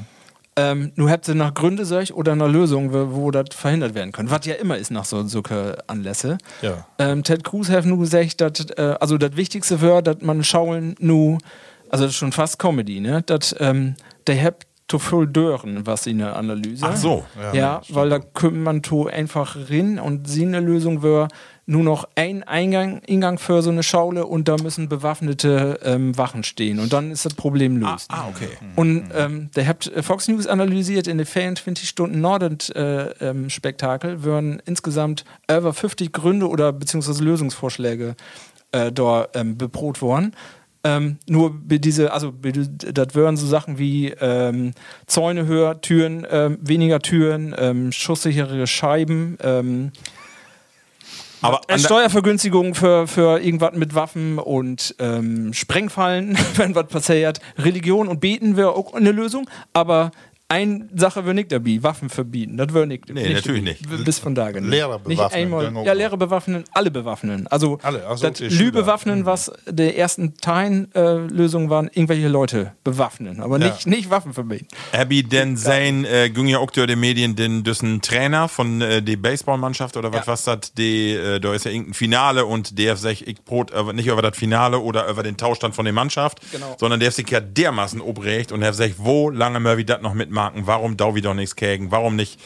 Nur habt ihr nach Gründe solch oder nach Lösungen, wo das verhindert werden kann. Was ja immer ist nach so Anlässe. Ja. Ted Cruz hat nur gesagt, dass also das Wichtigste wäre, dass man schauen nu, also das ist schon fast Comedy, ne? Dass der habt zu viel Dören, was sie eine Analyse. Ach so. Ja, weil da könnte man to einfach rein und sie eine Lösung wäre nur noch ein Eingang für so eine Schaule und da müssen bewaffnete Wachen stehen und dann ist das Problem löst. Okay. Und der habt Fox News analysiert, in den 24 Stunden Nordend-Spektakel würden insgesamt über 50 Gründe oder beziehungsweise Lösungsvorschläge dort beprot worden. Nur das wären so Sachen wie Zäune höher, Türen, weniger Türen, schusssichere Scheiben, Aber Steuervergünstigungen für irgendwas mit Waffen und Sprengfallen, wenn was passiert. Religion und Beten wäre auch eine Lösung, aber eine Sache wäre nicht dabei, Waffen verbieten. Das wäre nicht. Nee, natürlich nicht. Bis von da. Lehrer nicht bewaffnen. einmal. Ja, Lehrer bewaffnen, alle bewaffnen. Also, Alle, also das die Lü Schüler. bewaffnen, was der ersten Teilen-Lösung waren, irgendwelche Leute bewaffnen, aber nicht Waffen verbieten. Abby, denn sein ging ja auch durch die Medien, denn das ist ein Trainer von der Baseballmannschaft oder was das, da ist ja irgendein Finale und der sagt, ich brot nicht über das Finale oder über den Tauschstand von der Mannschaft, sondern der sich ja dermaßen obrecht und er sagt, wo lange wir das noch mitmachen, warum da wieder nichts kägen, warum nicht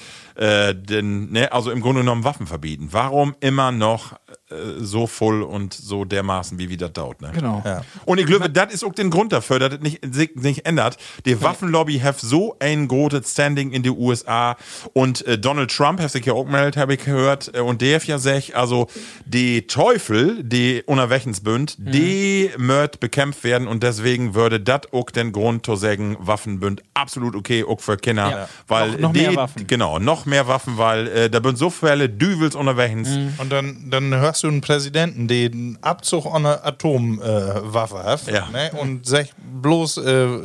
also im Grunde genommen Waffen verbieten. Warum immer noch so voll und so dermaßen, wie das dauert. Ne? Genau. Ja. Und ich glaube, das ist auch der Grund dafür, dass es sich nicht ändert. Die Waffenlobby hat so ein großes Standing in den USA und Donald Trump hat sich ja auch gemeldet, habe ich gehört, und der hat ja gesagt, also die Teufel, die Unerwächensbünd, die mört bekämpft werden und deswegen würde das auch den Grund zu sagen, Waffenbünd absolut okay, auch für Kinder, Ja. weil Noch mehr Waffen. Genau, noch mehr Waffen, weil da sind so viele Düvels unterwegs. Und dann hörst du einen Präsidenten, der einen Abzug an eine Atomwaffe hat, Ja. ne? Und sagt bloß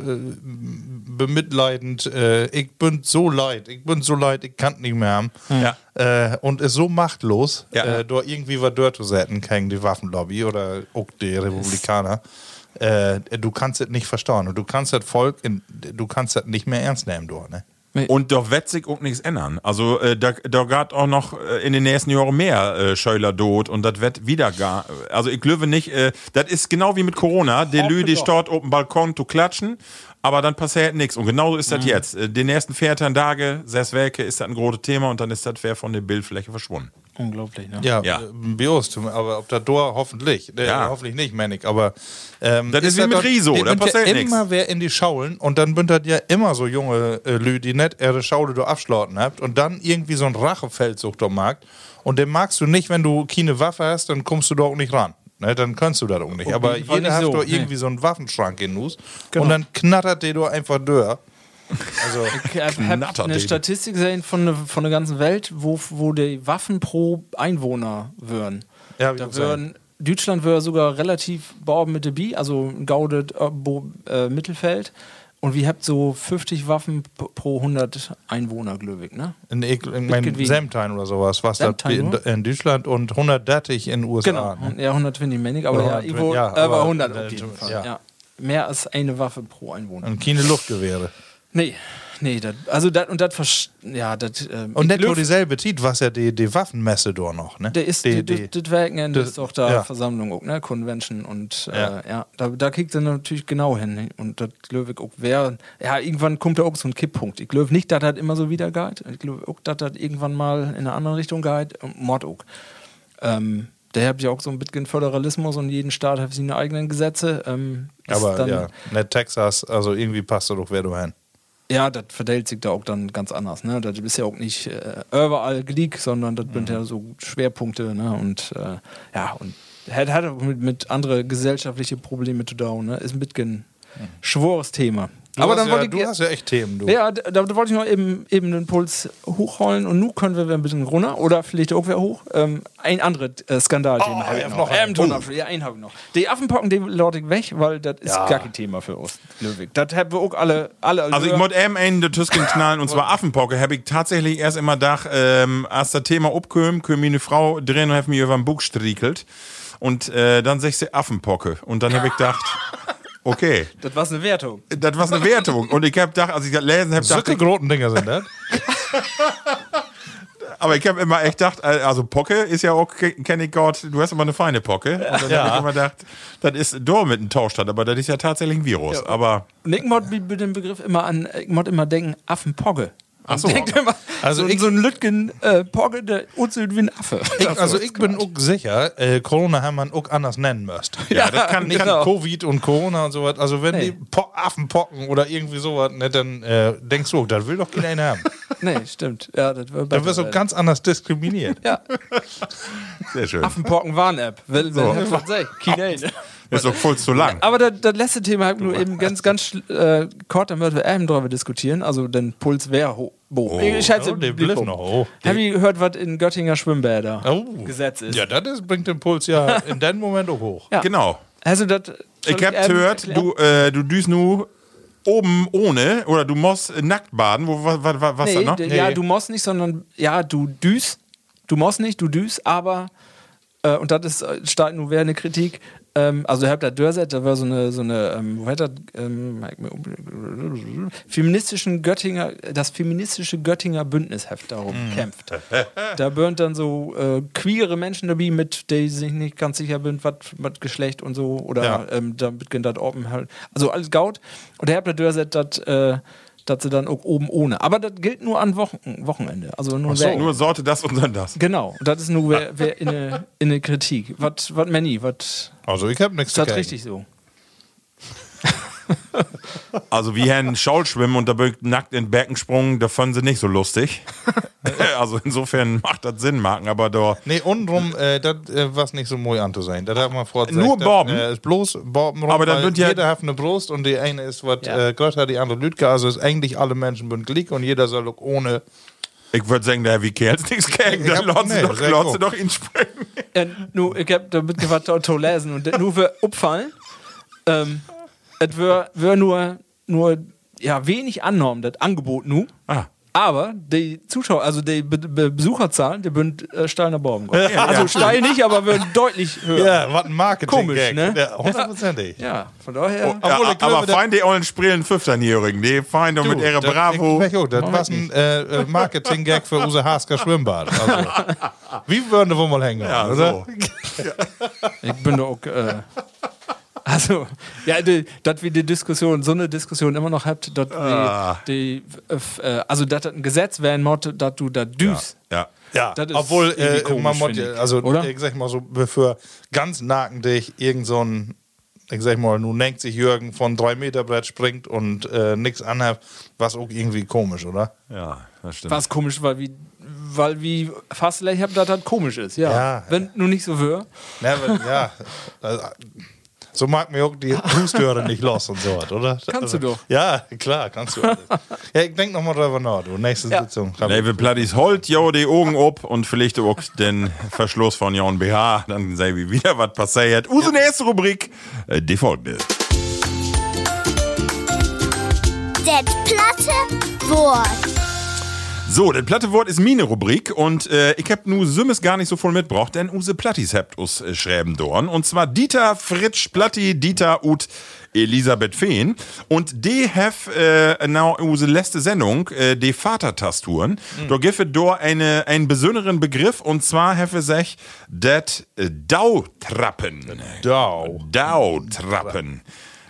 bemitleidend, ich bin so leid, ich kann nicht mehr haben. Ja. Und ist so machtlos, Ja. da irgendwie was dort zu setzen gegen die Waffenlobby oder auch die Republikaner. Du kannst es nicht verstauen und du kannst das Volk, du kannst das nicht mehr ernst nehmen, du, ne? Und da wird sich auch nichts ändern. Also da geht auch noch in den nächsten Jahren mehr Scheuler tot und das wird wieder gar. Also ich glaube nicht, das ist genau wie mit Corona. Die Lü, die dort auf dem Balkon zu klatschen, aber dann passiert nichts. Und genauso ist das jetzt. Die nächsten 14 Tage, 6 Wochen ist das ein großes Thema und dann ist das von der Bildfläche verschwunden. Unglaublich, ne? Ja, Ja. Bios, aber ob das da hoffentlich. Ja. Hoffentlich nicht, meine ich. Aber Das ist wie mit Riso, da passiert ja nichts. immer wer in die Schaulen und dann bündert ja immer so junge Lü, die nicht ihre Schaule da abschlauten habt und dann irgendwie so ein Rachefeldzug da mag. Und den magst du nicht, wenn du keine Waffe hast, dann kommst du da auch nicht ran. Ne, dann kannst du das auch nicht. Aber jeden Fall jeder nicht hat so, doch nee. irgendwie so einen Waffenschrank in Nuss Genau. und dann knattert der da einfach durch. Also, Ich habe eine Statistik gesehen von der ganzen Welt, wo die Waffen pro Einwohner wären. Ja, wie Da soll ich sagen. wären Deutschland wäre sogar relativ baum mit dabei, also gaudet Mittelfeld. Und wir habt so 50 Waffen pro 100 Einwohner, glaube ich, ne? in mein Mittelwien. Semtein oder sowas, was das Semtein, in Deutschland und 130 in den USA. Genau, Ne? ja, 120 wenig, aber Oder ja, irgendwo ja, über aber, 100 auf jeden Fall. ja. Ja. Mehr als eine Waffe pro Einwohner. Und keine Luftgewehre. Nee, das und das ja, das Und nicht nur dieselbe Tit, was ja die Waffenmesse da noch, ne? Der ist, das Wochenende ist doch da ja. Versammlung auch, ne? Convention und Ja. da kriegt er natürlich genau hin. Und das glaube ich auch irgendwann kommt da auch so ein Kipppunkt. Ich glaube nicht, dass das immer so wieder geht. Ich glaube auch, dass das irgendwann mal in eine andere Richtung geht. Und Mord auch. Der hat ja auch so ein bisschen Föderalismus und jeden Staat hat seine eigenen Gesetze. Aber dann, ja, nicht Texas, also irgendwie passt da doch wer du hin. Ja, das verteilt sich da auch dann ganz anders. Ne? Das ist ja auch nicht überall gleich, sondern das sind ja so Schwerpunkte. Ne? Und hat auch mit andere gesellschaftliche Probleme zu tun, ne? Ist ein bisschen schwores Thema. Aber dann wollte du hast ja echt Themen, du. Ja, da wollte ich noch eben den Puls hochholen und nun können wir ein bisschen runter oder vielleicht auch wieder hoch. Ein anderes Skandalthema habe ich noch. Ja, einen habe ich noch. Die Affenpocken, die lade ich weg, weil das ist gar kein Thema für uns, Ludwig. Das haben wir auch alle also ich muss einen der Tüsken knallen und zwar Affenpocke habe ich tatsächlich erst immer gedacht, als das Thema abkommt, können meine Frau drin und hat mich über den Bug striekelt und dann sag ich sie Affenpocke und dann habe ich gedacht, okay. Das war eine Wertung. Das war eine Wertung. Und ich habe gedacht, als ich das lesen habe, solche großen Dinger sind das. Aber ich habe immer echt gedacht, also Pocke ist ja auch, kenne ich Gott, du hast immer eine feine Pocke. Und dann habe ich immer gedacht, das ist da mit einem Tauschstand, aber das ist ja tatsächlich ein Virus. Ja. Aber und ich mod mit dem Begriff immer an, ich mod immer denken, Affenpogge. Ach so. Denkt immer, Also so ein Lütgen Pogge, der aussieht wie ein Affe. Ich bin auch sicher, Corona haben man auch anders nennen müsst. ja, das kann Nicht Genau. Covid und Corona und sowas. Also wenn Nee. die Affenpocken oder irgendwie sowas, ne, dann denkst du, das will doch keiner haben. Nee, stimmt. Ja, das wird Da wirst du ganz anders diskriminiert. Ja, sehr schön. Affenpocken Warn-App. Will was sei? Ist doch voll zu lang. Aber das letzte Thema habe ich nur eben ganz kurz, damit wir eben drüber diskutieren. Also, den Puls wäre hoch. Ich schätze, der blieb noch hoch. Habe ich gehört, was in Göttinger Schwimmbäder Gesetz ist? Ja, das bringt den Puls ja in dem Moment auch hoch. Ja. Genau. Also, das. Ich hab gehört, du düst nur oben ohne oder du musst nackt baden. Was Nee, da noch? ja, du musst nicht, sondern ja, du düst. Du musst nicht, du düst, aber und das ist stark nur wäre eine Kritik. Also ihr habt da Dörset, da war so eine wo heißt das, das feministische Göttinger Bündnisheft darum kämpft. Da burnt dann so queere Menschen dabei mit, die sich nicht ganz sicher sind, was Geschlecht und so oder damit das oben halt. Also alles gaut. Und ihr habt da Dörset, dass sie dann auch oben ohne. Aber das gilt nur an Wochenende. Also nur, Nur Sorte das und dann das. Genau. Und das ist nur wer in eine Kritik. Was Manny, was Also ich hab nichts ist das dagegen. richtig so? Also wie Herrn Schaul schwimmen und da nackt in den Becken sprungen, da fanden sie nicht so lustig. Also insofern macht das Sinn, Marken, aber da. Nee, untenrum, das was nicht so mooi an zu sein. Das hat man vorher gesagt. Nur Borben? Ist bloß Borben rum, Aber dann weil wird ja- jeder hat eine Brust und die eine ist was größer, die andere Lütke. Also ist eigentlich alle Menschen sind gleich und jeder soll auch ohne. Ich würde sagen, der wie Kerls nichts gegen, dann lassen sie doch ihn springen. Ich hab damit gewagt, zu lesen und nur für Upfallen. Es wär nur ja, wenig angenommen, das Angebot nu. Ah. Aber die Zuschauer, also die Besucherzahlen, die sind steil nach oben. Also steil nicht, aber würden deutlich höher. Ja, was ein Marketing. Komisch, ne? Ja, 100%. Ja, von daher. Obwohl, Ja, ich glaube, aber fein die ollen Sprillen 15-Jährigen, die fein doch mit ihrer Bravo. Das war ein Marketing-Gag für unser Hasker Schwimmbad. Also, wie würden wir wohl hängen, Ja, oder? so. Ich bin doch auch. Also, ja, dass wir die Diskussion, so eine Diskussion immer noch habt, dass also dass das ein Gesetz wäre, dass du da düst. Ja. Ja, Das ist obwohl irgendwie komisch, man muss, finde ich. also Oder? ich sag mal so, für ganz nakendig irgend so ein, ich sag mal, nun denkt sich Jürgen von 3 Meter Brett springt und nichts anhat, was auch irgendwie komisch, oder? Ja, das stimmt. Was komisch, weil wie fast ich hab, dass das komisch ist, ja. Ja. Wenn du nicht so wär. Ja, ja. Also, so mag mir auch die Hustöre nicht los und so was, oder? Kannst du doch. Ja, klar, kannst du alles. Ja, ich denk noch mal drüber nach, du. Nächste Sitzung. Level Plattis holt jo die Augen ab und vielleicht auch den Verschluss von Jon BH. Dann sei wie wieder was passiert. Unsere nächste Rubrik, die folgende. Das platte Wort. So, das platte Wort ist meine Rubrik und ich hab nu Sümmes gar nicht so voll mitgebracht, denn use Plattis habt us schreiben dorn. Und zwar Dieter Fritsch Platti, Dieter und Elisabeth Fehn. Und die have use letzte Sendung, die Vatertasturen. Da gibt es dort einen besonderen Begriff und zwar have sich das Dautrappen. Dau. Dautrappen.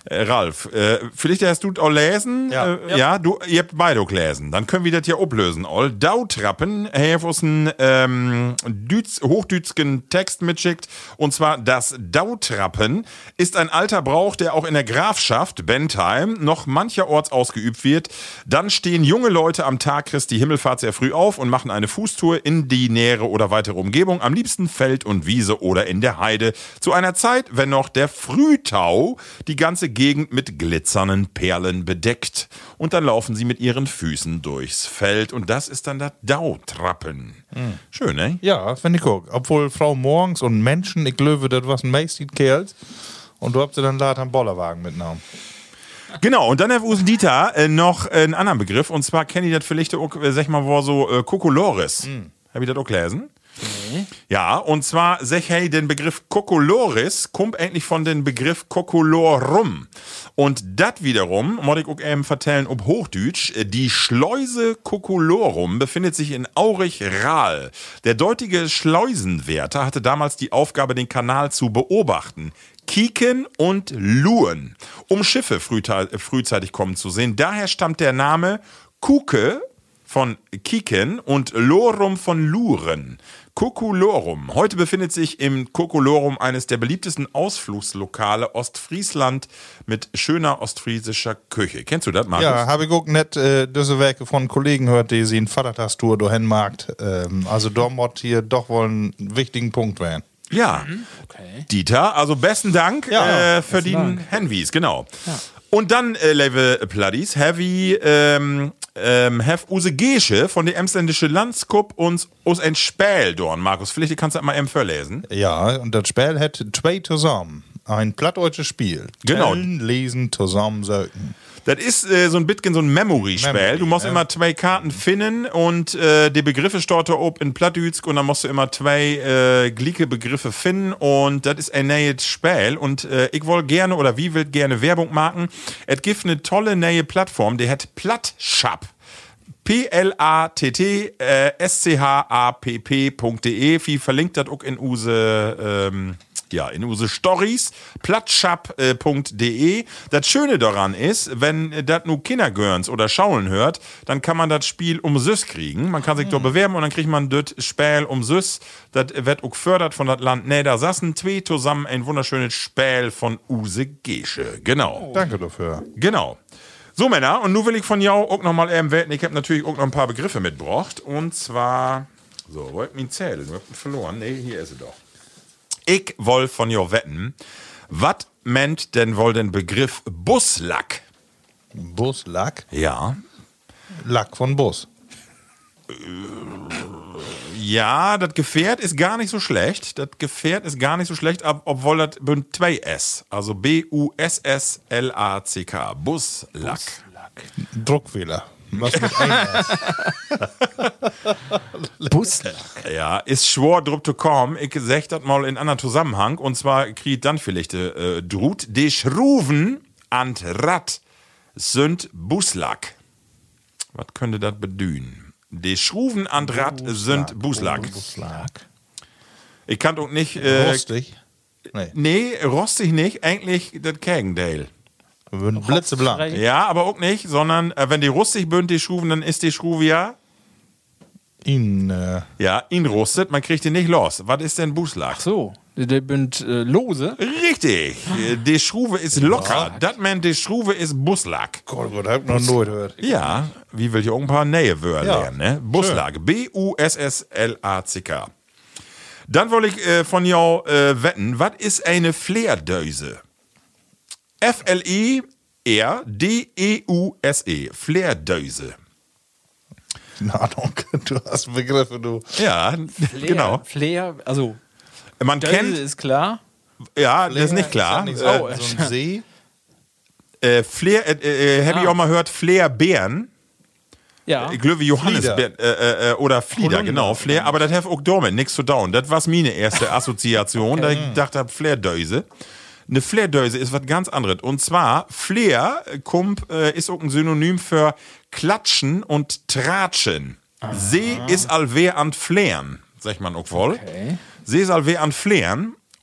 Ralf, vielleicht hast du auch lesen. Ja. Ja, ihr habt beide auch lesen. Dann können wir das hier ablösen. All Dautrappen, have uns einen hochdütsken Text mitschickt. Und zwar, das Dautrappen ist ein alter Brauch, der auch in der Grafschaft Bentheim noch mancherorts ausgeübt wird. Dann stehen junge Leute am Tag Christi Himmelfahrt sehr früh auf und machen eine Fußtour in die nähere oder weitere Umgebung, am liebsten Feld und Wiese oder in der Heide, zu einer Zeit, wenn noch der Frühtau die ganze Gegend mit glitzernden Perlen bedeckt. Und dann laufen sie mit ihren Füßen durchs Feld und das ist dann das Dautrappen. Schön, ne? Ja, finde ich auch. Obwohl Frau Morgens und Menschen, ich glaube, das was ein meisten Kerls. Und du habt sie dann later einen Bollerwagen mitgenommen. Genau, und dann hat Usen Dieter noch einen anderen Begriff, und zwar kenne ich das vielleicht auch, sag ich mal, war so Kokolores. Hab ich das auch gelesen? Nee. Ja, und zwar sag hey, den Begriff Kokolores kommt eigentlich von dem Begriff Kokolorum. Und das wiederum, muss ich auch eben vertellen, ob Hochdeutsch, die Schleuse Kokolorum befindet sich in Aurich-Rahl. Der dortige Schleusenwärter hatte damals die Aufgabe, den Kanal zu beobachten. Kieken und Luhen, um Schiffe frühzeitig kommen zu sehen. Daher stammt der Name Kuke von Kieken und Lorum von Luren. Kokulorum. Heute befindet sich im Kokulorum eines der beliebtesten Ausflugslokale Ostfriesland mit schöner ostfriesischer Küche. Kennst du das, Markus? Ja, habe ich auch nicht diese Werke von Kollegen gehört, die sie in Vatertagstour dahin markt. Also Dortmund hier doch wohl einen wichtigen Punkt wären. Ja, okay. Dieter, also besten Dank für den Henwies, genau. Ja. Und dann, liebe Pladdies, have Use Gesche von der Emsländische Landskup uns ein Spiel dorn. Markus, vielleicht kannst du das mal eben verlesen. Ja, und das Spiel hat zwei zusammen. Ein plattdeutsches Spiel. Genau. Tellen, lesen, zusammen, sollten. Das ist so ein bisschen so ein Memory-Spiel. Du musst immer zwei Karten finden und die Begriffe steht da oben in Plattdütsk und dann musst du immer zwei gleiche Begriffe finden und das ist ein neues Spiel und ich will gerne oder wie will gerne Werbung machen. Es gibt eine tolle neue Plattform, die hat Plattschap. PLATTSCHAPP.de. Wie verlinkt das auch in unsere Stories, plattschap.de. Das Schöne daran ist, wenn das nur Kindergörns oder Schaulen hört, dann kann man das Spiel umsüß kriegen. Man kann sich dort bewerben und dann kriegt man das Spiel umsüß. Das wird auch gefördert von das Land Niedersachsen. Zwei zusammen ein wunderschönes Spiel von Use Gesche. Genau. Danke dafür. Genau. So, Männer, und nun will ich von jou auch nochmal erwähnen, ich habe natürlich auch noch ein paar Begriffe mitgebracht. Und zwar, so, wollt mir zählen, wir haben verloren. Nee, hier ist sie doch. Ich woll von jou wetten, was meint denn wohl den Begriff Buslack? Buslack? Ja. Lack von Bus. Ja, das Gefährt ist gar nicht so schlecht. Das Gefährt ist gar nicht so schlecht, obwohl das sind 2 S. Also B-U-S-S-L-A-C-K. Buslack. Druckfehler. Was mit einem S? Buslack. Ja, ist schwor drup to kommen. Ich sag das mal in anderen Zusammenhang. Und zwar kriegt dann vielleicht Drut. Die Schruven an Rad sind Buslack. Was könnte das bedeuten? Die Schruven an Rad sind Buslack. Ich kann doch nicht. Rostig? Nee, rostig nicht. Eigentlich das Gegenteil. Blitzeblank. Ja, aber auch nicht, sondern wenn die rustig bünd, die Schruven, dann ist die Schruve ja. Ja, ihn rustet, man kriegt die nicht los. Was ist denn Buslack? Ach so, die bünd lose. Richtig, die Schruve ist locker. Das meint, die Schruve ist Buslack. Gott, hab ich noch nie gehört. Ja, wie will ich auch ein paar nähe Wörter lernen, ne? Buslack, B-U-S-S-L-A-C-K. Dann wollte ich von jou wetten, was ist eine Flaredöse? F-L-E-R-D-E-U-S-E. Flaredöse. Keine Ahnung, du hast Begriffe, du. Ja, genau. Flair, also man Döse kennt. ist klar. Ja, das ist nicht klar. Ist das nicht so ein See? Flair, habe ich auch mal gehört, Flair-Bären. Ja. Ich glaube, Johannisbeeren oder Flieder, genau. Flair, aber das hat auch damit nichts zu tun. Das war meine erste Assoziation. Da ich dachte, Flaredöse. Eine Flaredöse ist was ganz anderes. Und zwar, Flair ist auch ein Synonym für Klatschen und Tratschen. See ist allwehr an Flären, sagt man auch wohl. Okay. See ist allwehr an Flären.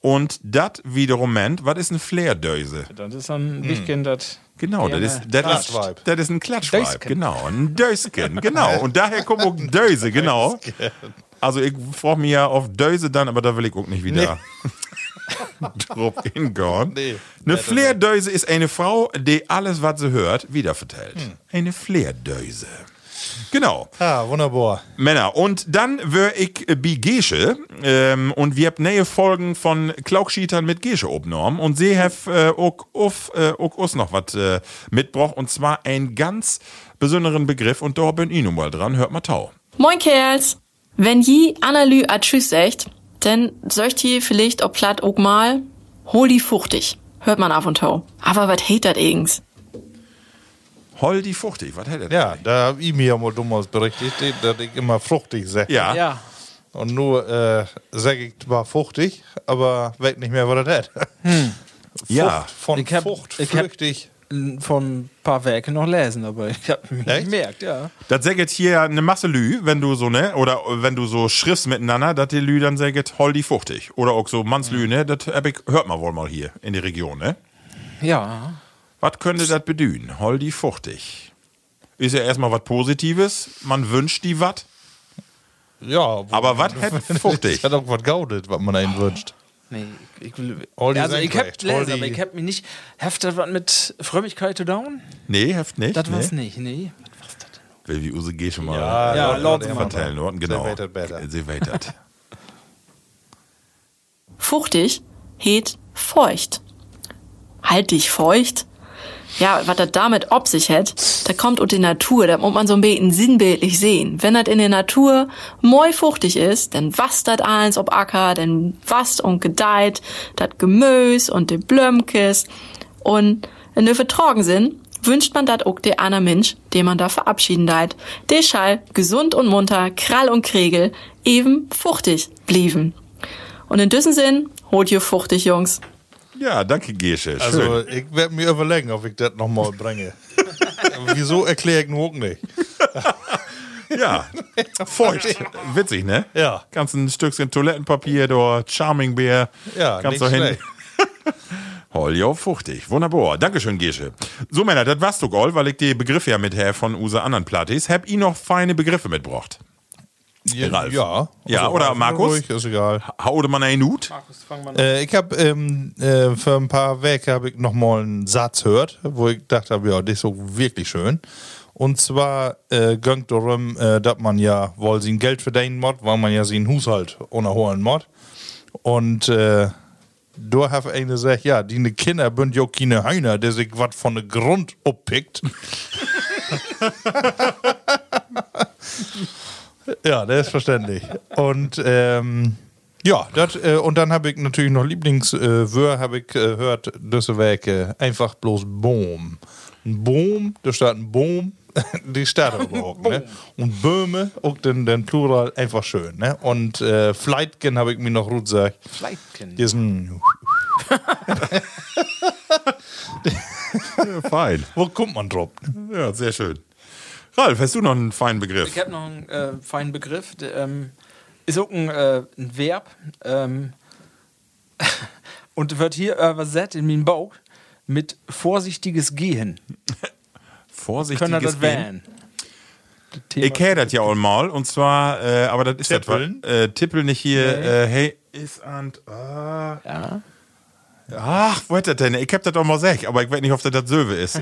Und das wiederum, was ist ein Flair-Döse? Das ist ein bisschen das. Genau, das ist Klatschweib. das ist ein Klatschweib, Dösken. genau, ein Dösken, genau. Und daher kommt auch Döse, genau. Also ich frage mich ja auf Döse dann, aber da will ich auch nicht wieder drauf hingehen. Nee. Eine Flair-Döse ist eine Frau, die alles, was sie hört, wiedervertellt. Eine Flair-Döse. Genau. Ah, wunderbar. Männer. Und dann wär ich bei Gesche und wir haben neue Folgen von Klaukschietern mit Gesche obnorm und sie haben auch uns noch was mitgebracht und zwar einen ganz besonderen Begriff und da bin ich nun mal dran. Hört mal tau. Moin Kerls! Wenn je Analy a Tschüss sagt, dann söcht ihr vielleicht ob platt auch mal, hol die fuchtig. Hört man auf und tau. Aber was heit dat eigens? Hol die fruchtig, was hätte Ja, da hab ich mir ja mal dummes berichtet, dass ich immer fruchtig sag. Ja. Ja. Und nur sag ich zwar fruchtig, aber weiß nicht mehr, was das hat. Ja. Frucht, von Ich hab- Frucht, ich hab- flüchtig. Von ein paar Werken noch lesen, aber ich habe mich Echt? gemerkt, ja. Das sagt hier eine Masse Lü, wenn du so, ne, oder wenn du so schriftst miteinander, dass die Lü dann sagt, hol die fruchtig. Oder auch so Mannslü, ne, das hört man wohl mal hier in die Region, ne? Ja. Was könnte das bedeuten? Hol die fruchtig. Ist ja erstmal was Positives, man wünscht die was. Ja, Aber was hätte fruchtig? Das hat auch was gaudet, was man einen wünscht. Nee, ich will. All die Also, ich hab Senkrecht, all lesen, die- aber ich hab mich nicht. Heftet was mit Frömmigkeit zu down? Nee, heft nicht. Das nee. war's nicht, nee. Was war's das denn? Will wie Use G schon mal Ja, laut vertellen, worden, genau. Sie weiter besser. Sie weiter. Fuchtig heet feucht. Halt dich feucht? Ja, was das damit ob sich hat, da kommt und die Natur, da muss man so ein bisschen sinnbildlich sehen. Wenn das in der Natur moi fuchtig ist, dann wasst das alles ob Acker, dann wasst und gedeiht das Gemüs und die Blömkes. Und wenn wir vertrogen sind, wünscht man dat auch der anderen Mensch, den man da verabschieden deit. Der schall gesund und munter, krall und kregel, eben fuchtig blieben. Und in diesem Sinn, holt ihr fuchtig, Jungs. Ja, danke, Gesche. Schön. Also, ich werde mir überlegen, ob ich das nochmal bringe. Wieso erkläre ich nur auch nicht? Ja, feucht. Witzig, ne? Ja. Kannst ein Stückchen Toilettenpapier, da Charming Bear. Ja, kannst nicht du hin. schlecht. Holjo, fruchtig. Wunderbar. Dankeschön, Gesche. So, Männer, das war's doch all, weil ich die Begriffe ja mit her von unseren anderen Plattis. Hab ich noch feine Begriffe mitgebracht? Ralf. Ja. Ja, Also, oder Ralf, Markus? ruhig, ist egal. Haude man einen Hut? Ich habe für ein paar Werke habe ich noch mal einen Satz gehört, wo ich gedacht habe, ja, das ist so wirklich schön. Und zwar gönnt darum, dass man ja wohl sein Geld verdienen muss, weil man ja seinen Haushalt unerholen muss. Und da habe ich gesagt, ja, die Kinder sind ja keine Hühner, der sich was von der Grund uppickt. Ja, das ist verständlich. Und ja, und dann habe ich natürlich noch Lieblingswör, habe ich gehört, diese Werke, einfach bloß Boom. Ein Boom, da steht ein Boom, die steht aber auch, ne? Und Böhme, auch den Plural, einfach schön, ne? Und Fleitgen habe ich mir noch gut gesagt. Fleitgen. Die ist ein Fein. Wo kommt man drauf? Ja, sehr schön. Ralf, hast du noch einen feinen Begriff? Ich habe noch einen feinen Begriff. Der, ist auch ein Verb. Und wird hier übersetzt in meinem Bauch mit vorsichtiges Gehen. Können Vorsichtiges das wählen? Ich kenne das ja auch mal, und zwar, aber das ist Tippeln? das Tippel nicht hier, hey, ist und, Ja. ach, wo hat das denn? Ich hab das doch mal gesagt, aber ich weiß nicht, ob das Söwe ist.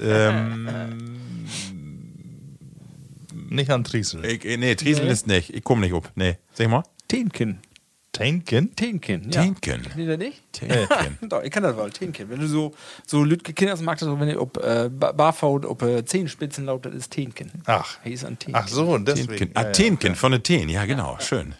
Nicht an Triesel. Nee, Triesel ist nicht. Ich komme nicht ob. Nee, sag mal. Tenkin. Tainken? Tenkin. Ja. Tenken. Nee, das nicht? Tenken. Doch, ich kann das wohl. Tenkin. Wenn du so Lütke Kinder magst, so, wenn ihr ob Barfaut, ob Zehenspitzen laut, das ist Tenkin. Ach. Hier ist ein Tenkin. Ach so, und deswegen. Tenken. Ah, Tenken, von der Ten. Ja, genau. Schön.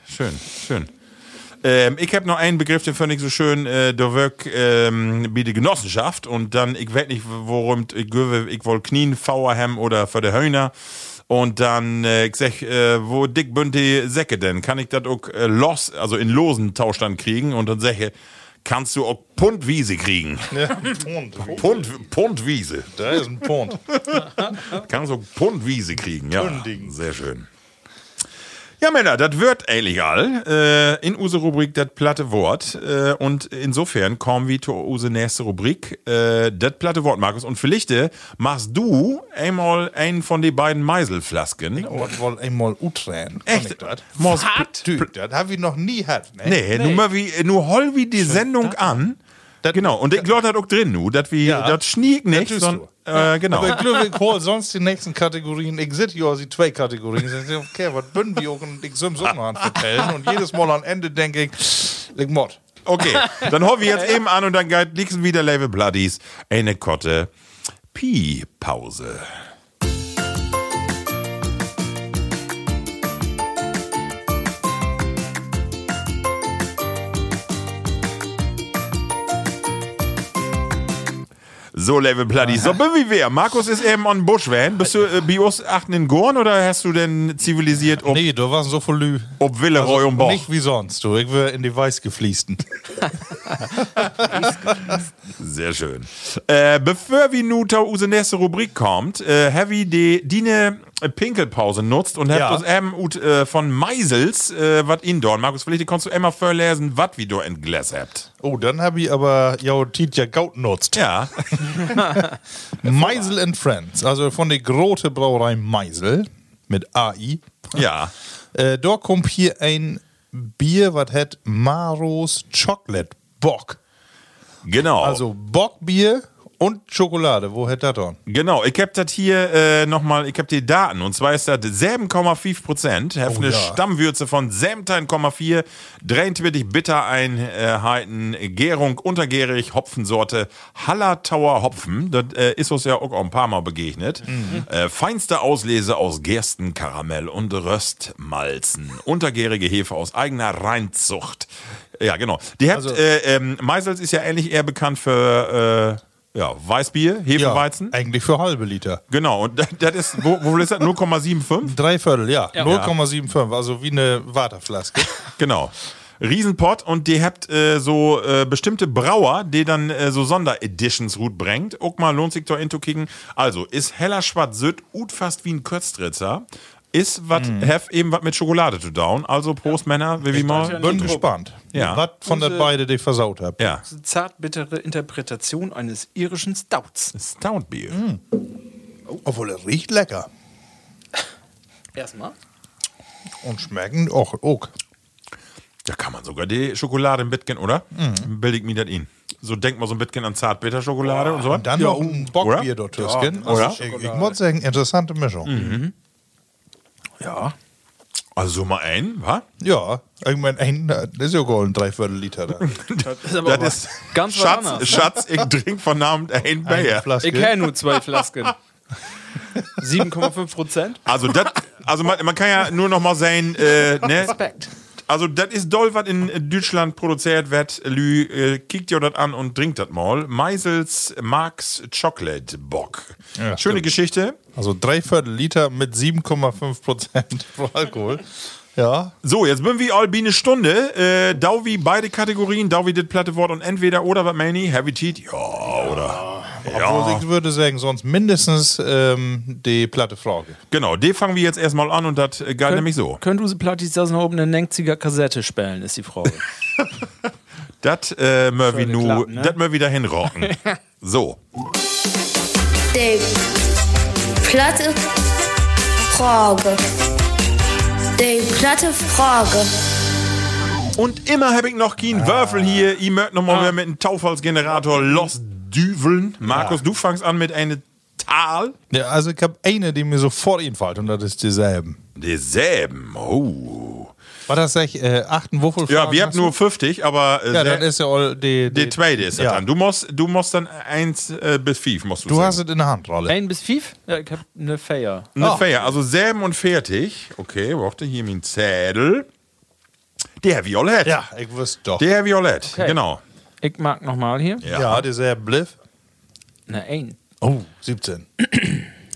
Ich habe noch einen Begriff, den finde ich so schön, da wirkt bei der Genossenschaft und dann, ich weiß nicht, worum ich wollte knien, Fauerhem oder für die Hühner. Und dann, ich sag, wo dick bünd die Säcke denn? Kann ich das auch also in losen Tauschstand kriegen? Und dann sage kannst du auch Pundwiese kriegen? Ja, Pundwiese. Da ist ein Pond. Kannst du auch Pundwiese kriegen, ja. Pundigen. Sehr schön. Ja, Männer, das wird illegal in unsere Rubrik das platte Wort. Und insofern kommen wir zu unsere nächste Rubrik, das platte Wort, Markus. Und vielleicht machst du einmal einen von den beiden Meiselflasken. Ich wollte wohl einmal utränen. Echt? Das habe ich noch nie gehabt. Ne? Nee, nur hol wie die Sendung an. Genau, und ich glaube, das auch drin, nu, dass wir, das schniegt nicht, sondern, genau. Aber ich glaube, ich hol sonst die nächsten Kategorien. Ich sehe ja die 2 Kategorien. Ich sage, okay, was bünden wir auch? Und ich soll es auch noch an vertellen. Und jedes Mal am Ende denke ich mod. Okay, dann holen wir jetzt eben an und dann liegen wieder Level Bloodies. Eine Kotte Pi-Pause. So, Level Bloody. So, wie wer? Markus ist eben on Buschwan. Bist du bei uns achten in Gorn oder hast du denn zivilisiert Nee, du warst so voll Lü. Ob Willeroy und Boch? Nicht wie sonst, du. Ich wäre in die Weißgefließten. Sehr schön. Bevor wir nun zu unserer nächsten Rubrik kommt, habe ich die Pinkelpause nutzt und habt uns eben von Meisels was indorn. Markus, vielleicht kannst du immer vorlesen, was wir da in Glas habt. Oh, dann habe ich aber Titja Gaut nutzt. Ja. Meisel and Friends, also von der große Brauerei Meisel mit AI. Ja. Da kommt hier ein Bier, was hat Maros Chocolate Bock. Genau. Also Bockbier und Schokolade. Wo hat das dann? Genau, ich hab das hier nochmal, ich hab die Daten. Und zwar ist das 7,5%. Hat eine Stammwürze von 17,4, 23 Bittereinheiten, Gärung, untergärig, Hopfensorte, Hallertauer Hopfen. Das ist uns ja auch ein paar Mal begegnet. Feinste Auslese aus Gersten, Karamell und Röstmalzen. Untergärige Hefe aus eigener Reinzucht. Ja, genau. Die hat, Meisels ist ja eigentlich eher bekannt für Weißbier, Hefeweizen. Ja, eigentlich für halbe Liter. Genau, und das ist, wo ist das? 0,75? 3/4, ja. 0,75, also wie eine Waterflaske. Genau. Riesenpott und die habt so bestimmte Brauer, die dann so Sondereditions Rut bringt. Auch mal lohnt sich da hinzukicken. Also, ist heller schwarz süd, fast wie ein Köstritzer. Ist was, eben was mit Schokolade zu down. Also, Prost, Männer, wie mal. Bin gespannt. Ja. Was von der beide die versaut habt. Ja. Zart-bittere Interpretation eines irischen Stouts. Stoutbier. Obwohl, er riecht lecker. Erstmal. Und schmecken auch. Da kann man sogar die Schokolade ein bisschen, oder? Bilde ich mir das in. So denkt man so ein bisschen an Zartbitterschokolade und so. Und dann noch ein Bockbier dort Tüsken. Oder? Ich muss sagen, interessante Mischung. Ja. Also so mal ein, wa? Ja, irgendwann das ist ja gar ein 3/4 Liter da. Das ist ganz was anderes. Schatz, ich trinke von Abend ein Bier. Flaske. Ich kenne nur 2 Flasken. 7,5%. Also man kann ja nur noch mal sagen, ne? Respekt. Also das ist doll, was in Deutschland produziert wird. Kickt ihr das an und trinkt das mal. Meisels Max Chocolate Bock. Ja, schöne Geschichte. Also 3/4 Liter mit 7,5% Alkohol. Ja. So, jetzt bin wir all eine Stunde. Dauwi beide Kategorien, Dauwi das platte Wort und entweder oder was meine ich? Heavy Teat? Ja, oder? Obwohl ich würde sagen, sonst mindestens die platte Frage. Genau, die fangen wir jetzt erstmal an und das galt nämlich so. Könnt du sie Plattis das noch oben eine 90er Kassette spielen, ist die Frage. Das möchten wir nu, klappen, ne? das möchten wir da hinrocken. So. Die platte Frage. Die platte Frage. Und immer habe ich noch keinen Würfel hier. Ich möchte nochmal mit einem Taufholzgenerator losdüveln. Markus, du fangst an mit einer Tal. Ja, also ich habe eine, die mir sofort einfällt und das ist dieselben. Dieselben, oh. War das echt 8 Wuffel? Ja, wir haben nur 50, aber ja, das ist ja all die zweite ist das dann. Du musst dann 1 bis 5 musst du Du sagen. hast es in der Handrolle. 1 bis 5? Ja, ich hab eine Feier. Eine Feier, also selben und fertig. Okay, warte, hier mein Zettel. Der Violett. Ja, ich wusste doch. Der Violett, Okay. genau. Ich mag nochmal hier. Ja, dieselbe Bliff. Eine 1. Oh, 17.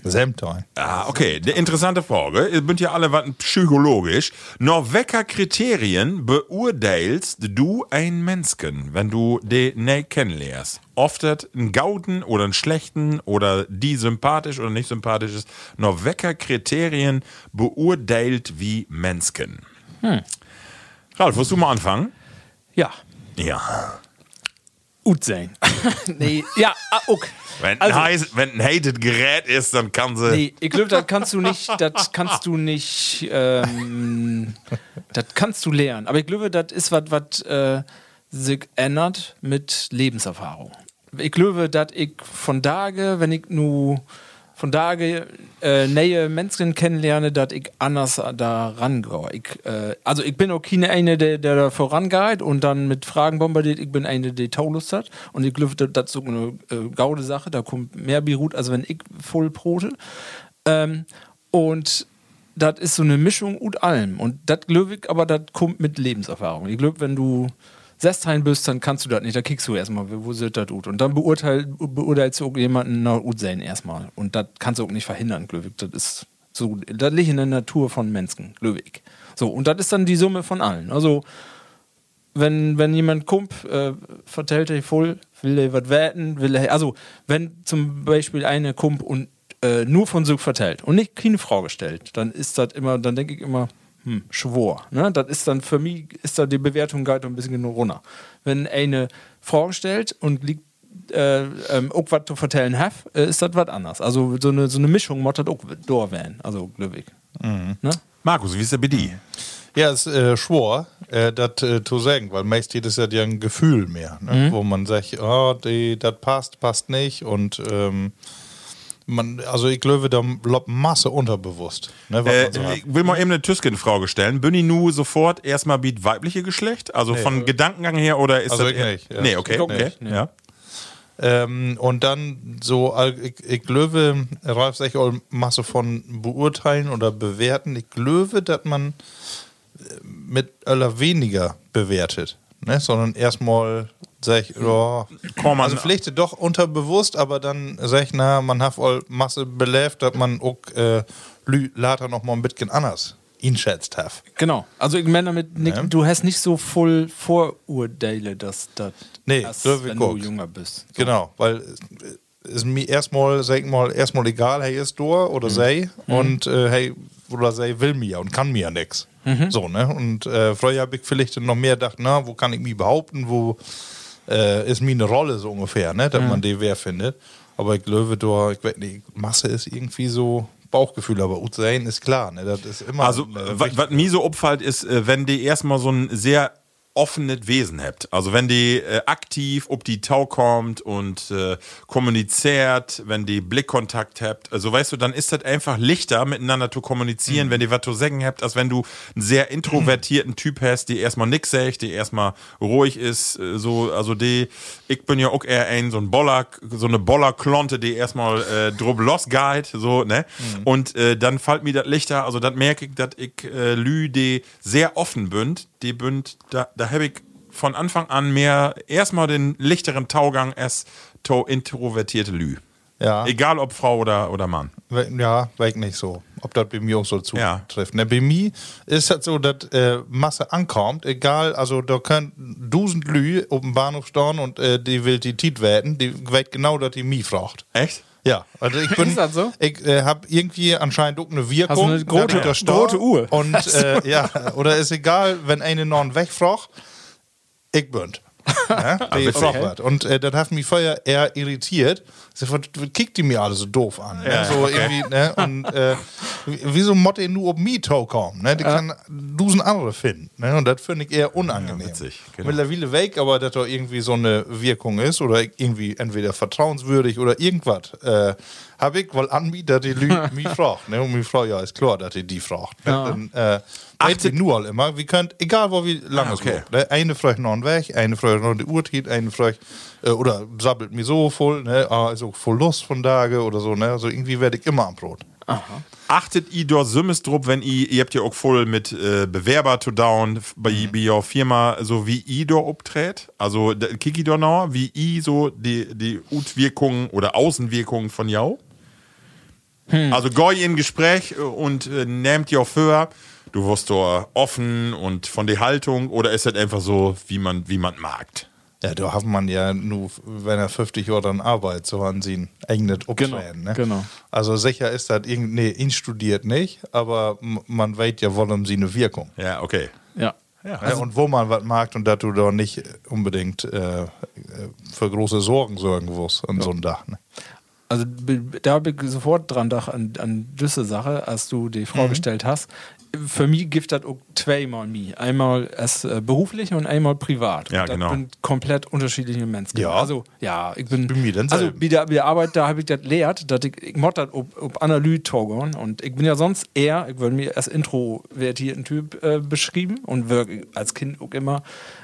Semtein. Ah, okay. Die interessante Frage. Ihr bünd ja alle was psychologisch. Nach welcher Kriterien beurteilst du einen Menschen, wenn du den nicht kennenlernst? Oft einen Gauden oder einen schlechten oder die sympathisch oder nicht sympathisch ist. Nach welcher Kriterien beurteilt wie Menschen? Ralf, willst du mal anfangen? Ja. Ja. Gut sein. Nee, ja, okay. Wenn Also- ein hated Gerät ist, dann kann sie. Nee, ich glaube, das kannst du nicht, das kannst du lernen. Aber ich glaube, das ist was sich ändert mit Lebenserfahrung. Ich glaube, dass ich von Tage, wenn ich nur von Tage neue Menschen kennenlerne, dass ich anders da rangehe. Also ich bin auch keine eine, der da vorangeht und dann mit Fragen bombardiert. Ich bin eine, die Taulust hat. Und ich glaube, das ist so eine gaude Sache. Da kommt mehr Beirut, als wenn ich voll brote. Und das ist so eine Mischung ut allem. Und das glaube ich, aber das kommt mit Lebenserfahrung. Ich glaube, wenn du 16 bist, dann kannst du das nicht. Da kickst du erstmal, wo sieht das ut. Und dann beurteilst du auch jemanden nach ut sein erstmal. Und das kannst du auch nicht verhindern, glaube ich. Das ist so, das liegt in der Natur von Menschen, glaube ich. So, und das ist dann die Summe von allen. Also, wenn jemand kommt, vertellt er voll, will er was werten, also, wenn zum Beispiel eine kommt und nur von sich vertellt und nicht keine Frage stellt, dann ist das immer, dann denke ich immer, Schwor. Ne? Das ist dann für mich, ist da die Bewertung geht ein bisschen runter. Wenn eine Frage stellt und liegt auch was zu vertellen hat, ist das was anderes. Also so eine Mischung muss das auch da werden. Also glaube ich. Ne? Markus, wie ist der bei dir? Ja, es ist schwer, das zu sagen, weil meist ist ja ein Gefühl mehr, ne? Wo man sagt, das passt nicht und also ich glaube, da bleibt Masse unterbewusst. Ne, was man so hat. Ich will mal eben eine Tüsken-Frage stellen. Bin ich nu sofort erstmal wie weibliche Geschlecht? Also von Gedankengang her oder ist Also das ich nicht, ja. Nee, okay. Ich auch okay. nicht, nee. Ja. Und dann so, ich glaube, Ralf sagt auch Masse von beurteilen oder bewerten. Ich glaube, dass man mit aller weniger bewertet, ne? Sondern erstmal sag ich, also vielleicht doch unterbewusst, aber dann sag ich, man hat all Masse belebt, dass man auch later noch mal ein bisschen anders einschätzt hat. Genau. Also ich meine damit, du hast nicht so voll Vorurteile, dass das wenn du jünger bist. So. Genau, weil ist mir erstmal egal, hey, ist da oder sei und hey, oder sei will mir und kann mir ja nix. So, ne? Und früher habe ich vielleicht noch mehr gedacht, wo kann ich mich behaupten, wo ist mir eine Rolle so ungefähr, ne? Dass man die wer findet. Aber ich glaube, ich weiß nicht, Masse ist irgendwie so Bauchgefühl, aber sein ist klar, ne? Das ist immer. Also, was mir so auffällt, ist, wenn die erstmal so ein sehr offenes Wesen habt. Also wenn die aktiv ob die Tau kommt und kommuniziert, wenn die Blickkontakt habt, also weißt du, dann ist das einfach leichter miteinander zu kommunizieren, wenn die was zu sagen habt, als wenn du einen sehr introvertierten Typ hast, die erstmal nix sagt, die erstmal ruhig ist, so, also ich bin ja auch eher so eine Bollerklonte, die erstmal drüber losgeht, so, ne? Und dann fällt mir das leichter, also das merke ich, dass ich Lü, die sehr offen bünd, da habe ich von Anfang an mehr erstmal den lichteren Taugang als introvertierte Lü. Ja. Egal ob Frau oder Mann. Ja, weg nicht so. Ob das bei mir auch so zutrifft. Ja. Ne, bei mir ist das so, dass Masse ankommt, egal, also da können 1000 Lü auf dem Bahnhof stehen und die will die Tiet werden, die weiß genau, dass die mich fragt. Echt? Ja, also ich bin, Ist das so? ich habe irgendwie anscheinend auch eine Wirkung. Hast du eine große Uhr? Und ja, oder ist egal, wenn eine noch wegfragt, ich bin. Ja, die fragt was. Und das hat mich vorher eher irritiert. Kickt die mir alle so doof an. Ne? So irgendwie, ne? Und wieso Motte nur auf mich kommen? Ne? Die kann 1000 andere finden. Ne? Und das finde ich eher unangenehm. Ja, witzig, genau. Mittlerweile weg, aber dass da irgendwie so eine Wirkung ist oder irgendwie entweder vertrauenswürdig oder irgendwas. Habe ich, weil an mich, dass die Leute mich fragt. Ne? Und mich fragt, ja, ist klar, dass die fragt. Ne? Dann achtet nur immer. Wir können, egal wo wir lang es läuft. Ne? Eine fragt noch einen Weg, eine fragt noch die Uhrzeit, eine fragt, oder sabbelt mir so voll, ne? Ist auch voll Lust von Tage oder so. Ne? Also irgendwie werde ich immer am Brot. Aha. Achtet ihr dort Sümmes drauf, wenn ihr habt ja auch voll mit Bewerber to down bei eurer Firma, so wie ihr dort opträgt? Also kicki dort noch, wie ihr so die Utwirkungen oder Außenwirkungen von jou? Also geh in Gespräch und nehmt ihr für, du wirst da offen und von der Haltung, oder ist das einfach so, wie man mag? Ja, da hat man ja nur, wenn er 50 Jahre dann arbeitet, so an sie ein eigenes Optreten. Ne? Genau. Also sicher ist das ihn studiert nicht, aber man weiß ja wohl um sie eine Wirkung. Ja, okay. Ja. Ja, und wo man was mag und dass du da nicht unbedingt für große Sorgen sorgen wirst an so einem Dach. Ne? Also da habe ich sofort dran gedacht an diese Sache, als du die vorgestellt hast. Für mich gibt das auch zweimal mich. Einmal als beruflich und einmal privat. Ja, das genau. sind komplett unterschiedliche Menschen. Ja. Also, ja, ich bin. Bei mir dann Also, selber. bei der Arbeit, da habe ich das lehrt, dass ich mod das ob Analyse togon. Und ich bin ja sonst eher, ich würde mir als introvertierten Typ beschrieben und wirke als Kind auch immer.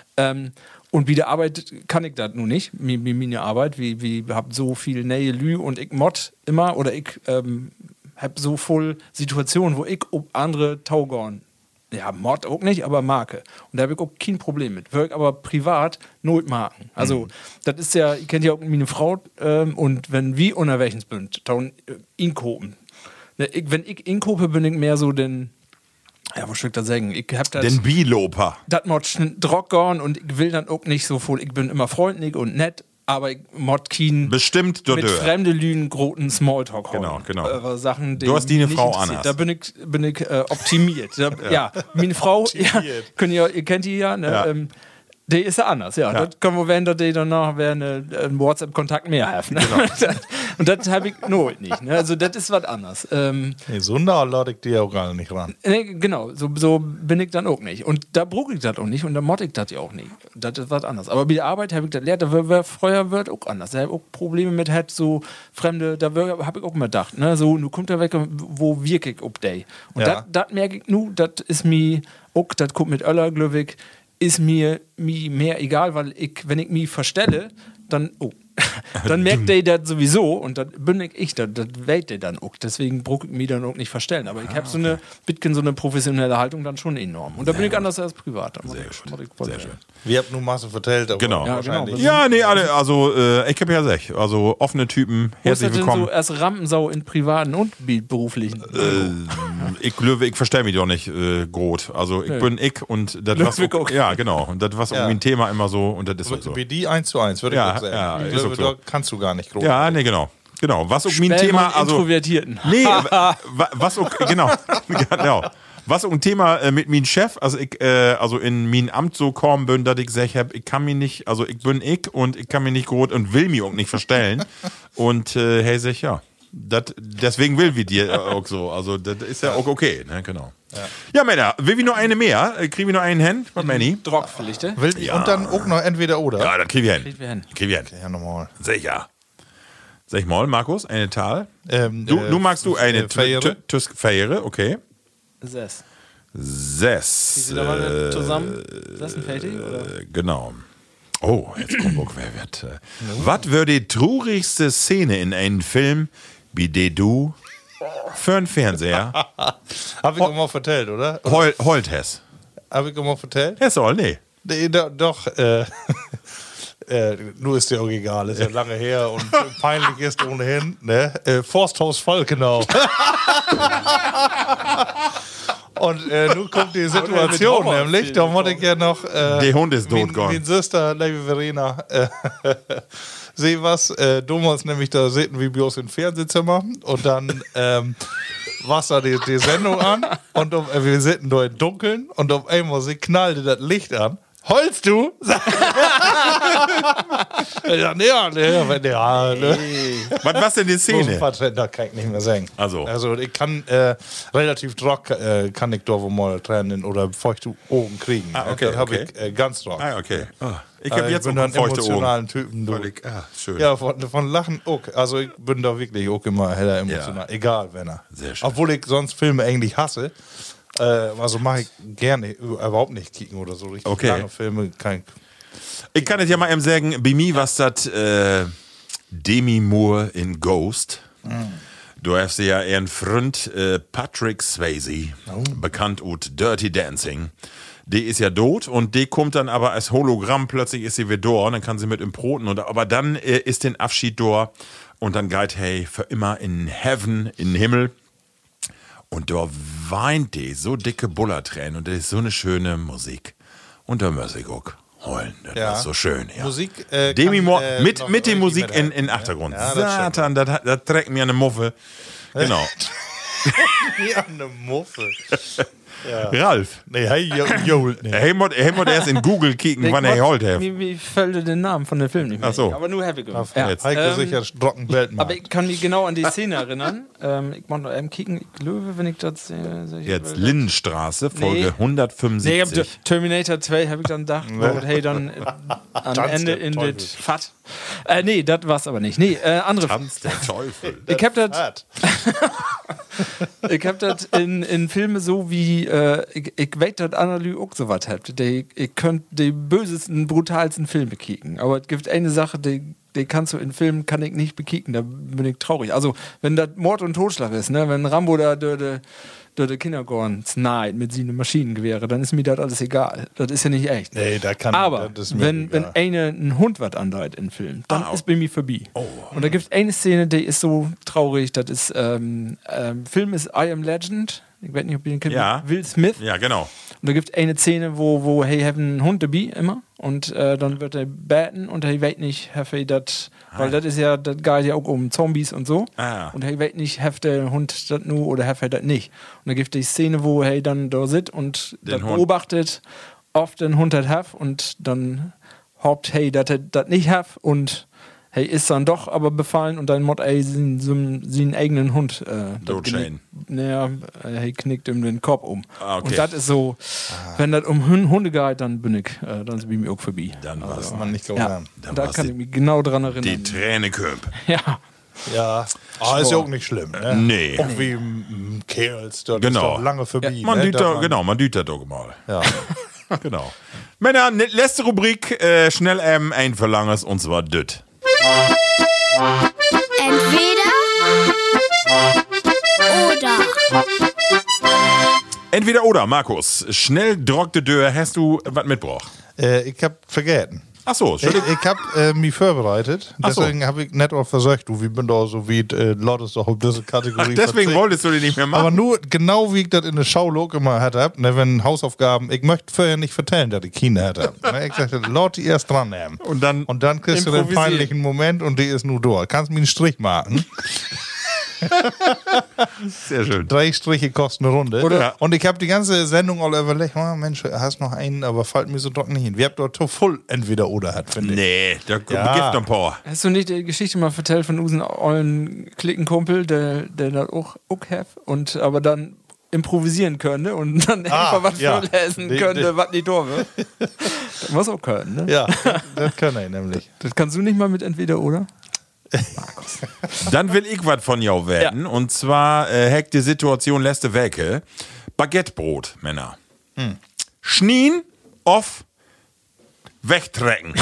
Und wie der Arbeit kann ich das nun nicht. Meine Arbeit, wie hab so viel Nähe Lü und ich mod immer, oder ich hab so voll Situationen, wo ich ob andere Taugorn, ja, Mod auch nicht, aber Marke. Und da habe ich auch kein Problem mit. Wirk aber privat not Marken. Also, das ist ja, ich kennt ja auch meine Frau, und wenn wir unterwegs sind, dann inkopen. Ne, wenn ich inkope, bin ich mehr so den, ja, was soll ich da sagen? Ich hab das. Den Biloper. Das mod Drockgorn und ich will dann auch nicht so voll. Ich bin immer freundlich und nett, aber ich mod kein Bestimmt mit fremde Lügen großen Smalltalk Genau. Sachen, Du hast die eine mich Frau interessiert. anders. Da bin ich optimiert. Ja, meine Frau, ja, ihr kennt die ja, ne? Ja. Die ist ja anders, ja. Das können wir, wenn die danach einen WhatsApp-Kontakt mehr haben. Ne? Und das habe ich nooit nicht. Ne? Also, das ist was anderes. Nee, so nah lade ich dir auch gar nicht ran. Nee, genau, so bin ich dann auch nicht. Und da brauche ich das auch nicht und da mod ich das ja auch nicht. Das ist was anderes. Aber bei der Arbeit habe ich das gelernt, vorher wird auch anders. Da habe ich auch Probleme mit, so Fremde, da habe ich auch mal gedacht, ne? So, du kommst da weg, wo wirke ich ob day. Und Ja. das merke ich nu, das ist mir auch, das kommt mit Öller, Glöwig, ist mir mehr egal, weil wenn ich mich verstelle, dann, dann merkt der das sowieso und dann bin ich, das wählt der dann auch. Deswegen brauche ich mich dann auch nicht verstellen. Aber ich habe so eine professionelle Haltung dann schon enorm. Und da bin ich anders als privat. Sehr schön. Wir haben nur Masse vertellt, aber Genau. Ja, wahrscheinlich. genau. Ja, nee, alle, also ich habe ja gesagt, also offene Typen, Wo ist das herzlich denn willkommen. so als Rampensau in privaten und beruflichen? Ich glaube, ich verstehe mich doch nicht groß. Also ich bin ich und das was Ludwig auch. ja genau und das was Ja. irgendwie ein Thema immer so und das ist auch so. BD 1:1, würde ich Ja, auch sagen. ja, ich ist glaube, auch so. da kannst du gar nicht groß. Ja, nee, genau. Was auch mein Thema, also Introvertierten. nee, was auch genau. Was auch ein Thema mit meinem Chef, also ich also in mein Amt so kommen bin, dass ich gesagt habe, ich kann mich nicht, also ich bin ich und ich kann mich nicht groß und will mich auch nicht verstellen und hey, sag ich, ja. Deswegen will wir dir auch so. Also, das ist ja auch okay, ne? Genau. Ja, Männer, will wir noch eine mehr? Kriegen wir noch einen hin von Manny? Drockpflichte. Und dann auch noch entweder oder. Ja, das kriegen wir hin. Kriegen wir hin. Ja, normal. Sicher. Sag mal, Markus, eine Tal. Du Du magst du eine Fähre. Fähre, okay. Sess. Sess. Sie da mal zusammen? Sessenfertig? Oder? Genau. Oh, jetzt kommt auch wer wird. Was wäre die traurigste Szene in einem Film, wie der du für einen Fernseher Hab ich auch mal vertellt, oder? heult hast? Hab ich auch mal vertellt? Ja, soll, nee. Nee, doch. Nur ist dir auch egal, ist ja lange her und peinlich ist ohnehin. Ne? Forsthaus Falkenau. Und nun kommt die Situation, nämlich, da wollte ich ja noch. Der Hund ist tot, gone. Meine Schwester, liebe Verena, sehe was. Damals nämlich, da sitzen wir bei uns im Fernsehzimmer und dann war da die Sendung an und wir sitzen da im Dunkeln und auf einmal knallte das Licht an. Holst du? Ja, ne. Was war denn die Szene? Da kann ich nicht mehr sagen. Also ich kann relativ trocken, kann ich da wo mal Tränen oder feuchte Augen kriegen. Ah, okay, Da habe okay. ich ganz trocken. Ah, okay. Ich habe jetzt bin auch dann feuchte Augen. emotionalen Typen. Du. Völlig, schön. Ja, von Lachen auch. Also ich bin da wirklich auch immer heller emotional. Egal, wenn er. Sehr schön. Obwohl ich sonst Filme eigentlich hasse. Also mache ich gerne überhaupt nicht kicken oder so. Richtig Okay. lange Filme kann Ich kann es ja mal eben sagen, bei mir war das Demi Moore in Ghost. Du hast ja ihren Freund Patrick Swayze, bekannt aus Dirty Dancing. Die ist ja tot und die kommt dann aber als Hologramm, plötzlich ist sie wieder da und dann kann sie mit ihm broten. Aber dann ist den Abschied da Und dann geht hey für immer in Heaven, in den Himmel. Und da weint die so dicke Bullertränen und das ist so eine schöne Musik. Und da muss ich auch heulen. Das Ja. ist so schön. Ja. Musik, Demi kann, Moore, noch mit der irgendwie Musik mithalten, in Achtergrund. Ja, das Satan, das trägt mir eine Muffe. Genau. Ja, eine Muffe. Ralf. Nee, hey, jolt nicht. Hey, muss erst in Google kicken, wann er holt hat. Wie fällt den Namen von dem Film nicht mehr? Ach so. Aber nur Happy Ghost. Ja. Jetzt. Heike sicher Strocken Weltmarkt. Aber ich kann mich genau an die Szene erinnern. Ich muss noch eben kicken. Ich glaube, wenn ich das Jetzt Lindenstraße, Folge Nee. 175. Nee, ich hab Terminator 2 habe ich dann gedacht, hey, dann am Tanz Ende der in Teufel. das Fat. Nee, das war's aber nicht. Nee, andere. Tanz der Teufel. Ich hab das in Filme so wie ich weiß, dass Annalü auch so was habt. Ich könnt die bösesten, brutalsten Filme kicken. Aber es gibt eine Sache, die kannst du in Filmen kann ich nicht bekicken, da bin ich traurig. Also, wenn das Mord und Totschlag ist, ne, wenn Rambo da durch die Kindergarten sneit mit seinen Maschinengewehre, dann ist mir das alles egal. Das ist ja nicht echt. Nee, da kann Aber das ist mir wenn egal. ein Hund was andeutet in Film, dann ist bei mir vorbei. Und da gibt es eine Szene, die ist so traurig, das ist Film ist I Am Legend. Ich weiß nicht, ob ihr den kennt. Ja. Will Smith. Ja, genau. Und da gibt es eine Szene, wo hey, haben einen Hund dabei immer und dann wird er beten und er weiß nicht, have das, weil das ist ja, das geht ja auch um Zombies und so. Ah. Und er weiß nicht, have der Hund das nur oder have er das nicht. Und da gibt es die Szene, wo er dann da sitzt und das Hund. beobachtet, oft den Hund hat have und dann hofft, hey, dass er das nicht have und hey, ist dann doch aber befallen und dann mod er seinen eigenen Hund Totschäden. naja, hey, knickt ihm den Kopf um. Ah, okay. Und das ist so, wenn das um Hunde geht, dann bin ich, dann sind wir mir auch vorbei. Dann war's. man nicht Ja, glauben. Dann da war's kann die- ich mich genau dran erinnern. Die Träne kömp. Ja. Ja, ist ja auch nicht schlimm. Ne? Nee. Auch wie Kerls, das Genau. ist doch lange vorbei. Man ne? düht Dass da, man- genau, man düht da doch mal. Ja. Genau. Männer, letzte Rubrik, schnell ein Verlanges und zwar düt. Entweder oder. Entweder oder, Markus. Schnell drockte Dörr, hast du was mitgebracht? Ich hab vergessen. Ach so, Ich hab mich vorbereitet. Ach so. Deswegen habe ich nicht auch versucht, du, wie bin da so wie Lottes doch auf diese Kategorie. Ach, deswegen verzichtet. wolltest du die nicht mehr machen. Aber nur genau wie ich das in der Schaulog immer hatte, ne, wenn Hausaufgaben, ich möchte vorher nicht vertellen, dass ich Kinder hatte. Ne, ich sagte, Leute erst dran nehmen. Und dann kriegst du den improvisieren. peinlichen Moment und die ist nur da. Kannst mir einen Strich machen. Sehr schön. 3 Striche kosten eine Runde. Oder- Und ich habe die ganze Sendung all überlegt, oh, Mensch, hast noch einen, aber fällt mir so doch nicht hin. Wir haben dort voll entweder oder hat, finde ich. Nee, da gibt Ja. ein paar. Hast du nicht die Geschichte mal vertellt von unseren ollen Klickenkumpel, der das auch hat und aber dann improvisieren könnte und dann einfach was ja. vorlesen Die- könnte, was nicht da wird? Das muss auch können, ne? Ja, das kann ich nämlich. Das kannst du nicht mal mit entweder oder? Dann will ich was von jou werden. Und zwar hackt die Situation letzte Woche. Baguettebrot, Männer. Schnien auf wegtrecken.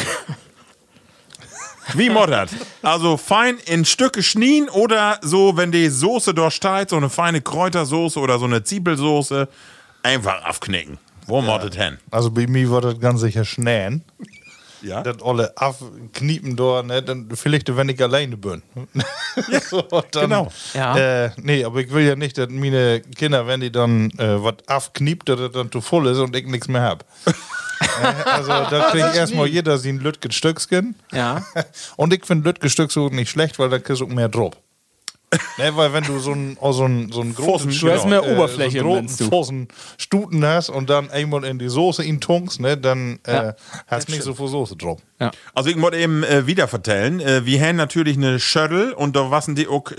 Wie moddert? Also fein in Stücke schnien oder so, wenn die Soße dort steht, so eine feine Kräutersoße oder so eine Zwiebelsoße, einfach aufknicken. Wo moddet hin? Also bei mir wird das ganz sicher schnähen. Ja? Das alle abkniepen da, ne, dann vielleicht, wenn ich alleine bin. So, dann, genau. Ja. Nee, aber ich will ja nicht, dass meine Kinder, wenn die dann was abkniept, dass das dann zu voll ist und ich nichts mehr hab. Also da kriegt erstmal jeder sein Lütgen Stückchen. Ja. Und ich finde Lütgen Stück so nicht schlecht, weil da kriegst du auch mehr Drop. Ne, weil wenn du so einen großen Du hast mehr Oberfläche, so einen meinst du? großen Stuten hast und dann einmal in die Soße ihn tunkst, ne, dann hast nicht so viel Soße drauf. Ja. Also ich muss eben wieder vertellen, wir haben natürlich eine Schöttel und da wassen die auch,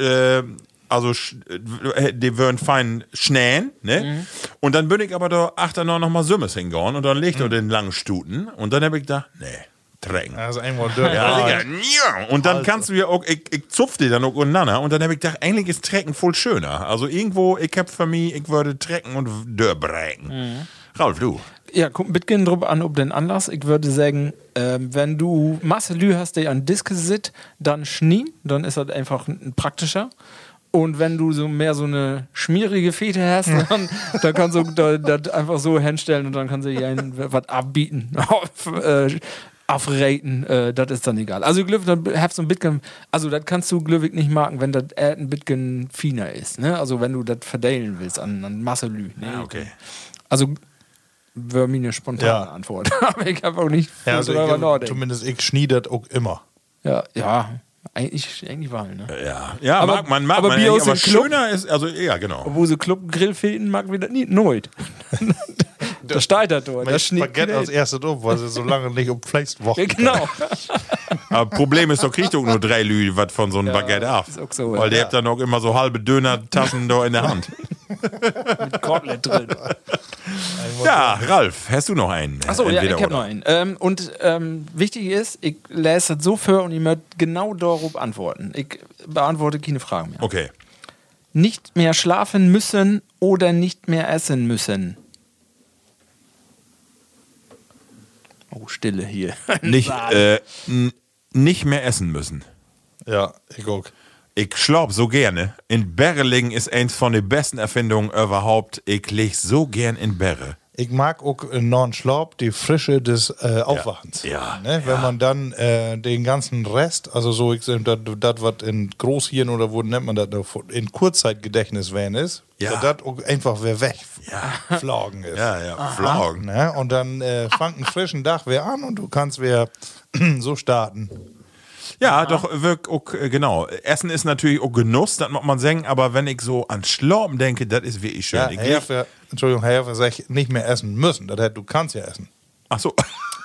die würden fein schnähen, ne? Und dann bin ich aber da achter noch mal Sümmes hingehauen und dann legt er den langen Stuten und dann habe ich gedacht, nee, trecken. Also einmal durch. Ja, Digga, ja. Und dann kannst du ja auch, ich zupf die dann auch untereinander und dann habe ich gedacht, eigentlich ist Trecken voll schöner. Also irgendwo, ich hab für mich, ich würde trecken und dörbrechen. Ralf, du. Ja, kommt ein bisschen drauf an, ob den Anlass. Ich würde sagen, wenn du Masse Lü hast, die an Diske sit, dann schnien, dann ist das einfach ein praktischer. Und wenn du so mehr so eine schmierige Fete hast, dann kannst du das einfach so hinstellen und dann kannst du hier was abbieten. aufreden, das ist dann egal. Also, Glück, dann hast du ein bisschen, also, das kannst du glücklich nicht machen, wenn das ein bisschen finer ist, ne? Also, wenn du das verdeilen willst an Masse Lü. Ne? Ja, okay. Also, wäre mir eine spontane Antwort. Aber ich habe auch nicht Ja, also darüber nachdenken. zumindest ich schniedert auch immer. Ja, eigentlich war, ne? Ja, Aber- mag man, aber eigentlich, Bier aus aber dem Club- schöner ist, also, ja, genau. Wo sie Club Grillfäden mag wieder nie nooit. Da steigt das dort. Das Baguette als erstes auf, weil sie so lange nicht umfleist wochen. Genau. Aber Problem ist, doch kriegt doch nur 3 Lü was von so einem Baguette ab. ist auch so, Weil ja. der habt dann auch immer so halbe Döner-Taschen da in der Hand. Mit Kotelett drin. Ja, Ralf, hast du noch einen? Achso, ja, ich Entweder habe noch oder. einen. Wichtig ist, ich lese das so vor und ich möchte genau darauf antworten. Ich beantworte keine Fragen mehr. Okay. Nicht mehr schlafen müssen oder nicht mehr essen müssen. Oh, Stille hier. Nicht mehr essen müssen. Ja, ich auch. Ich schlaub so gerne. In Berre liegen ist eins von den besten Erfindungen überhaupt. Ich leg so gern in Berre. Ich mag auch non-Schlaf die Frische des Aufwachens. Ja. Ne? Wenn man dann den ganzen Rest, also so, ich sag, das, was in Großhirn oder wo nennt man das, in Kurzzeitgedächtnis werden ist, Ja. dass das auch einfach wieder wegflogen ist. Ja, Flaugen. Ne? Und dann fängt einen frischen Tag wieder an und du kannst wieder so starten. Ja, doch, wirklich, auch, genau. Essen ist natürlich auch Genuss, das muss man sagen, aber wenn ich so an Schlauben denke, das ist wirklich schön. Ja, Ich Herr sagt nicht mehr essen müssen. Das heißt, du kannst ja essen. Ach so.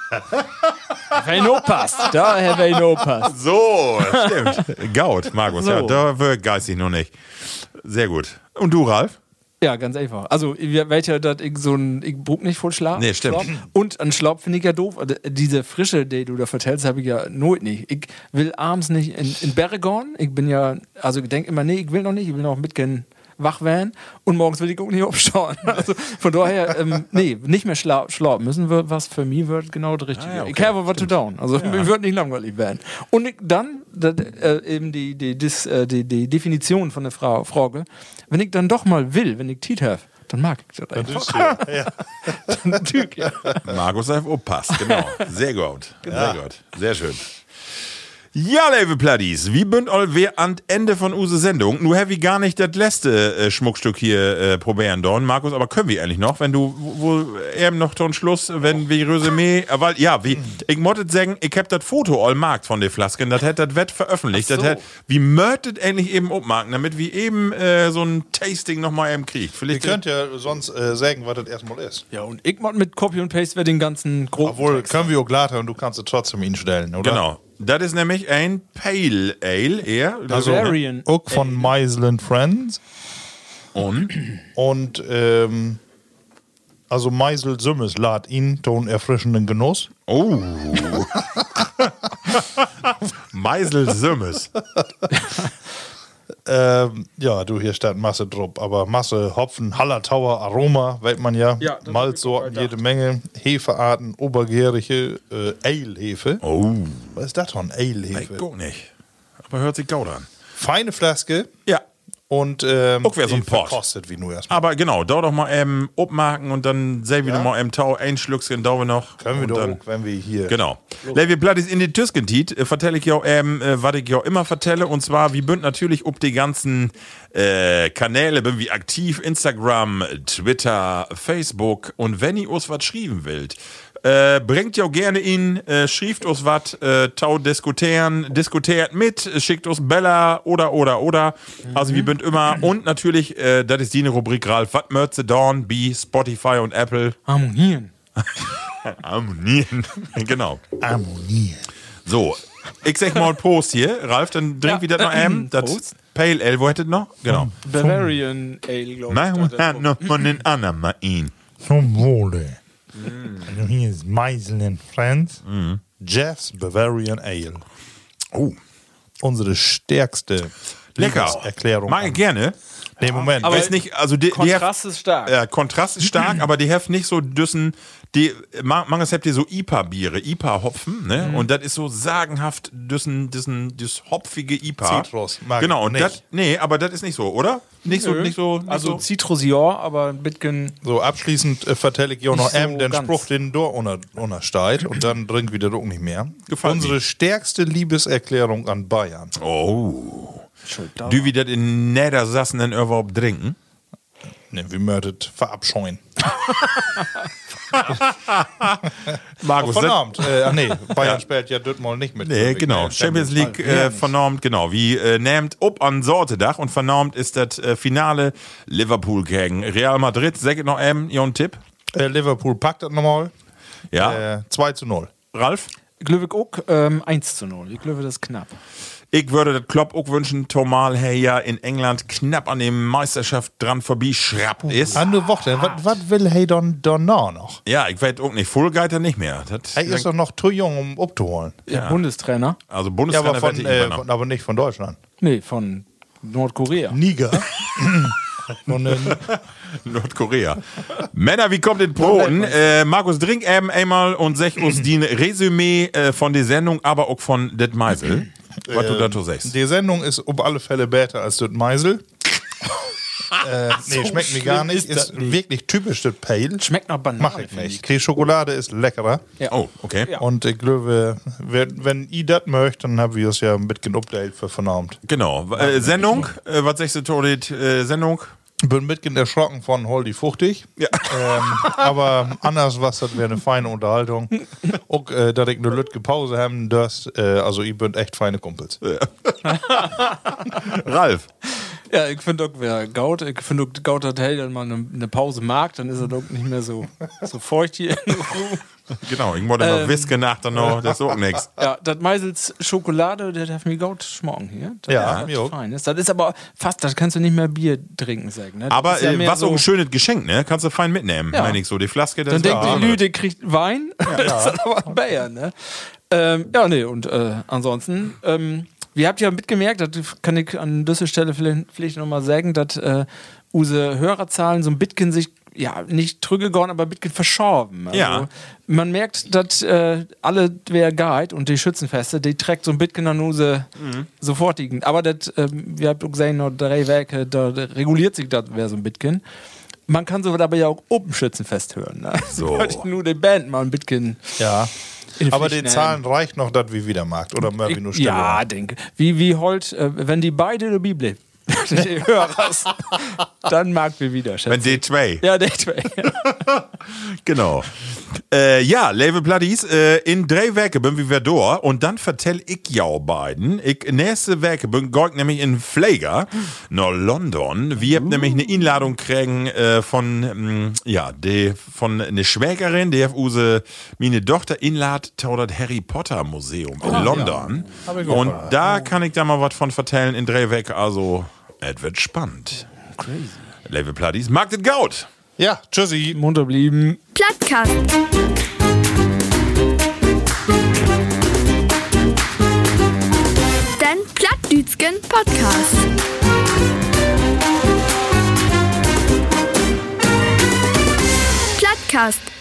Wenn no passt. Da, Herr Weino passt. So, stimmt. Gaut, Markus, So. ja, da wird geistig noch nicht. Sehr gut. Und du, Ralf? Ja, ganz einfach. Also, welcher, dass ich ich brauch nicht voll Schlaf. Nee, stimmt. Schlaf. Und an Schlaf finde ich ja doof. Diese Frische, die du da vertellst, habe ich ja nooit nicht. Ich will abends nicht in Berre gehen. Ich bin ja, also ich denke immer, nee, ich will noch nicht. Ich will noch mitgehen wach werden. Und morgens will ich auch nicht aufschauen. Also von daher, nee, nicht mehr schlafen müssen wir, was für mich wird genau das Richtige. ja, okay. Ich habe was zu tun. Also mir wird nicht langweilig werden. Und dann eben die Definition von der Frage, wenn ich dann doch mal will, wenn ich Tiet habe, dann mag ich das einfach. Dann natürlich, ja. Markus hat aufpasst, genau. Sehr gut. Sehr gut. Sehr schön. Ja, liebe Platties, wie bünd all wir an Ende von unsere Sendung. Nur habe ich gar nicht das letzte Schmuckstück hier probieren dorn. Markus, aber können wir eigentlich noch, wenn du, wo eben noch zum Schluss, wenn wir Resümee, weil, ja, ich möchte sagen, ich hab das Foto all markt von der Flasken, das hat das Wett veröffentlicht, das hat, wie möchtet endlich eben abmarken, damit wir eben so ein Tasting nochmal eben kriegt. Ihr Vielleicht könnt ja sonst sagen, was das erstmal ist. Ja, und ich mach mit Copy und Paste den ganzen groben Obwohl, Text. können wir auch glatter und du kannst es trotzdem ihn stellen, oder? Genau. Das ist nämlich ein Pale Ale, eher. Also, Bavarian auch von Meisel Friends. Und? Und, also Meisel Sümmes lad ihn ton erfrischenden Genuss. Oh. Meisel Sümmes. Ja, du, hier steht Masse drauf, aber Masse, Hopfen, Hallertauer, Aroma, weiß man ja. Ja, das Malzsorten, hab ich jede Menge. Hefearten, obergärige Ale-Hefe. Oh. Was ist das von Ale-Hefe? Ich guck nicht. Aber hört sich gaut an. Feine Flaske Ja. und Auch wär so ein die Pott. verkostet wie nur erstmal. Aber genau, da doch mal eben abmarken und dann sehen wir noch mal im Tau ein Schlückchen dauern wir noch. Können wir und doch, dann, wenn wir hier... Genau. Levi Plattis in die Tüskentit vertelle ich ja was ich ja immer vertelle. Und zwar, wir bünd natürlich ob die ganzen Kanäle, bin wie aktiv, Instagram, Twitter, Facebook. Und wenn ihr uns was schreiben wollt, bringt ja auch gerne ihn, schrieft uns was, tau diskutiert mit, schickt uns Bella oder. Also wir bünd immer. Und natürlich, das ist die Rubrik, Ralf, was möchte Dawn, B, Spotify und Apple. Harmonieren. Harmonieren. Genau. Harmonieren. So, ich sag mal Prost hier, Ralf, dann trink wieder noch das Prost. Pale Ale, wo hättet noch? Genau. Bavarian Ale, glaube ich. Nein, hat noch von den anderen mal ihn. Zum Wohle. Also hier ist Meisel Friends. Jeff's Bavarian Ale. Oh, Unsere stärkste Lecker. Liebeserklärung Mag ich an. gerne. Nee, Moment. Aber Weiß nicht, also die Kontrast ist stark. Kontrast ist stark, aber die haben nicht so düssen, manches habt ihr so IPA-Biere, IPA-Hopfen, ne? Und das ist so sagenhaft das hopfige IPA. Zitrus, mag genau, ich und nicht. das, nee, aber das ist nicht so, oder? Nicht so. Also Citrus ja, aber ein bisschen. So, abschließend vertelle ich auch noch Nicht so den ganz. Spruch, den du untersteigt und dann trinkt wieder auch nicht mehr. Gefällt Unsere mir. stärkste Liebeserklärung an Bayern. Oh. Du wie das in Niedersachsen denn überhaupt trinken? Ne, wir möchtet verabscheuen. Markus, Von Abend. Nee, Bayern spielt ja dort mal nicht mit. nee, genau. Champions League vernormt, genau. Wie nehmt ob an Sortedach und vernormt ist das Finale Liverpool gegen Real Madrid. Sag ich noch Ihren Tipp? Liverpool packt das nochmal. Ja. 2:0. Ralf? Glöwig auch 1:0. Ich glaube, das ist knapp. Ich würde das Klopp auch wünschen, Tomal ja in England knapp an der Meisterschaft dran vorbei schrappt ist. An der Woche. Was will er dann noch? Ja, ich weiß auch nicht. Vollgeiter nicht mehr. Das Er ist doch noch zu jung, um abzuholen. Ja. Bundestrainer? also Ja, Bundestrainer aber, werde ich übernommen. aber nicht von Deutschland. Nee, von Nordkorea. Niger. Und, Nordkorea. Männer, wie kommt in Polen? Markus, trink eben einmal und sag uns die Resümee von der Sendung, aber auch von det Meisel. Was du dazu sagst. die Sendung ist auf alle Fälle besser als das Meisel. Nee, schmeckt mir gar nicht. Ist wirklich typisch das Pale. Schmeckt nach Banane. Mach ich nicht. Die Schokolade ist leckerer. Oh, okay. Ja. Und ich glaube, wenn ihr das möchtet, dann haben wir es ja ein bisschen Update für vernahmt. Genau. Sendung, was sagst du, Torit? Sendung? Bin ein bisschen erschrocken von Holdi Fuchtig. Ja. Aber anders was, das wäre eine feine Unterhaltung. Auch, dass ich eine Lütge Pause haben dürst. Also, ihr bünd echt feine Kumpels. Ralf. Ja, ich finde auch, wer Gaut, ich finde auch, Gaut hat hey, dann mal eine Pause mag, dann ist er doch nicht mehr so feucht hier in der Ruhe. Genau, ich wollte noch Whisky nach dann noch, das ist auch nix. Ja, das Meisels Schokolade, der darf mir Gaut schmocken hier. Das Ja, ist mir auch. fein. Das ist aber fast, das kannst du nicht mehr Bier trinken, sagen. Ne? Das Aber ist ja mehr was so ein schönes Geschenk, ne? Kannst du fein mitnehmen, Ja. meine ich so. Die Flaske, das Dann denkt ja, die Lüde kriegt Wein, das ist aber ein Bayer, ne? Ja, nee, und ansonsten, wir habt ja mitgemerkt, das kann ich an dieser Stelle vielleicht nochmal sagen, dass unsere Hörerzahlen so ein bisschen sich, ja, nicht zurückgegangen, aber ein bisschen verschoben. Also, Ja. man merkt, dass alle, wer geht und die Schützenfeste, die trägt so ein bisschen an unsere sofortigen. Aber das, wir habt auch gesehen, noch 3 Werke, da reguliert sich das wer so ein bisschen. Man kann sowas aber ja auch Open Schützenfest hören. Ne? So. Wollte ich nur die Band mal ein bisschen. Ja. in Aber Pflicht die nehmen. Zahlen reicht noch, dass wir wieder mag. Oder mehr wie nur Stille. Ja, denke. Wie Holt, wenn die beide dabei bleiben, die Hörers, dann mag wir wieder, schätze. Wenn D2. Ja, der zwei. Genau. Ja, Level Platties, in 3 Werke bin wir da und dann vertell ich ja beiden. Nächste Werke bin ich nämlich in Flager nach London. Wir haben nämlich eine Einladung kriegen von, von einer Schwägerin, die hat meine Tochter einladet zu das Harry Potter Museum in London. Hab ich auch Und gehört. da kann ich da mal was von vertellen in 3 Werke. Also, es wird spannend. Crazy. Level Platties, mag das Gaut. Ja, tschüssi. Munter blieben. Plattkast. Den Plattdütschen Podcast. Plattkast.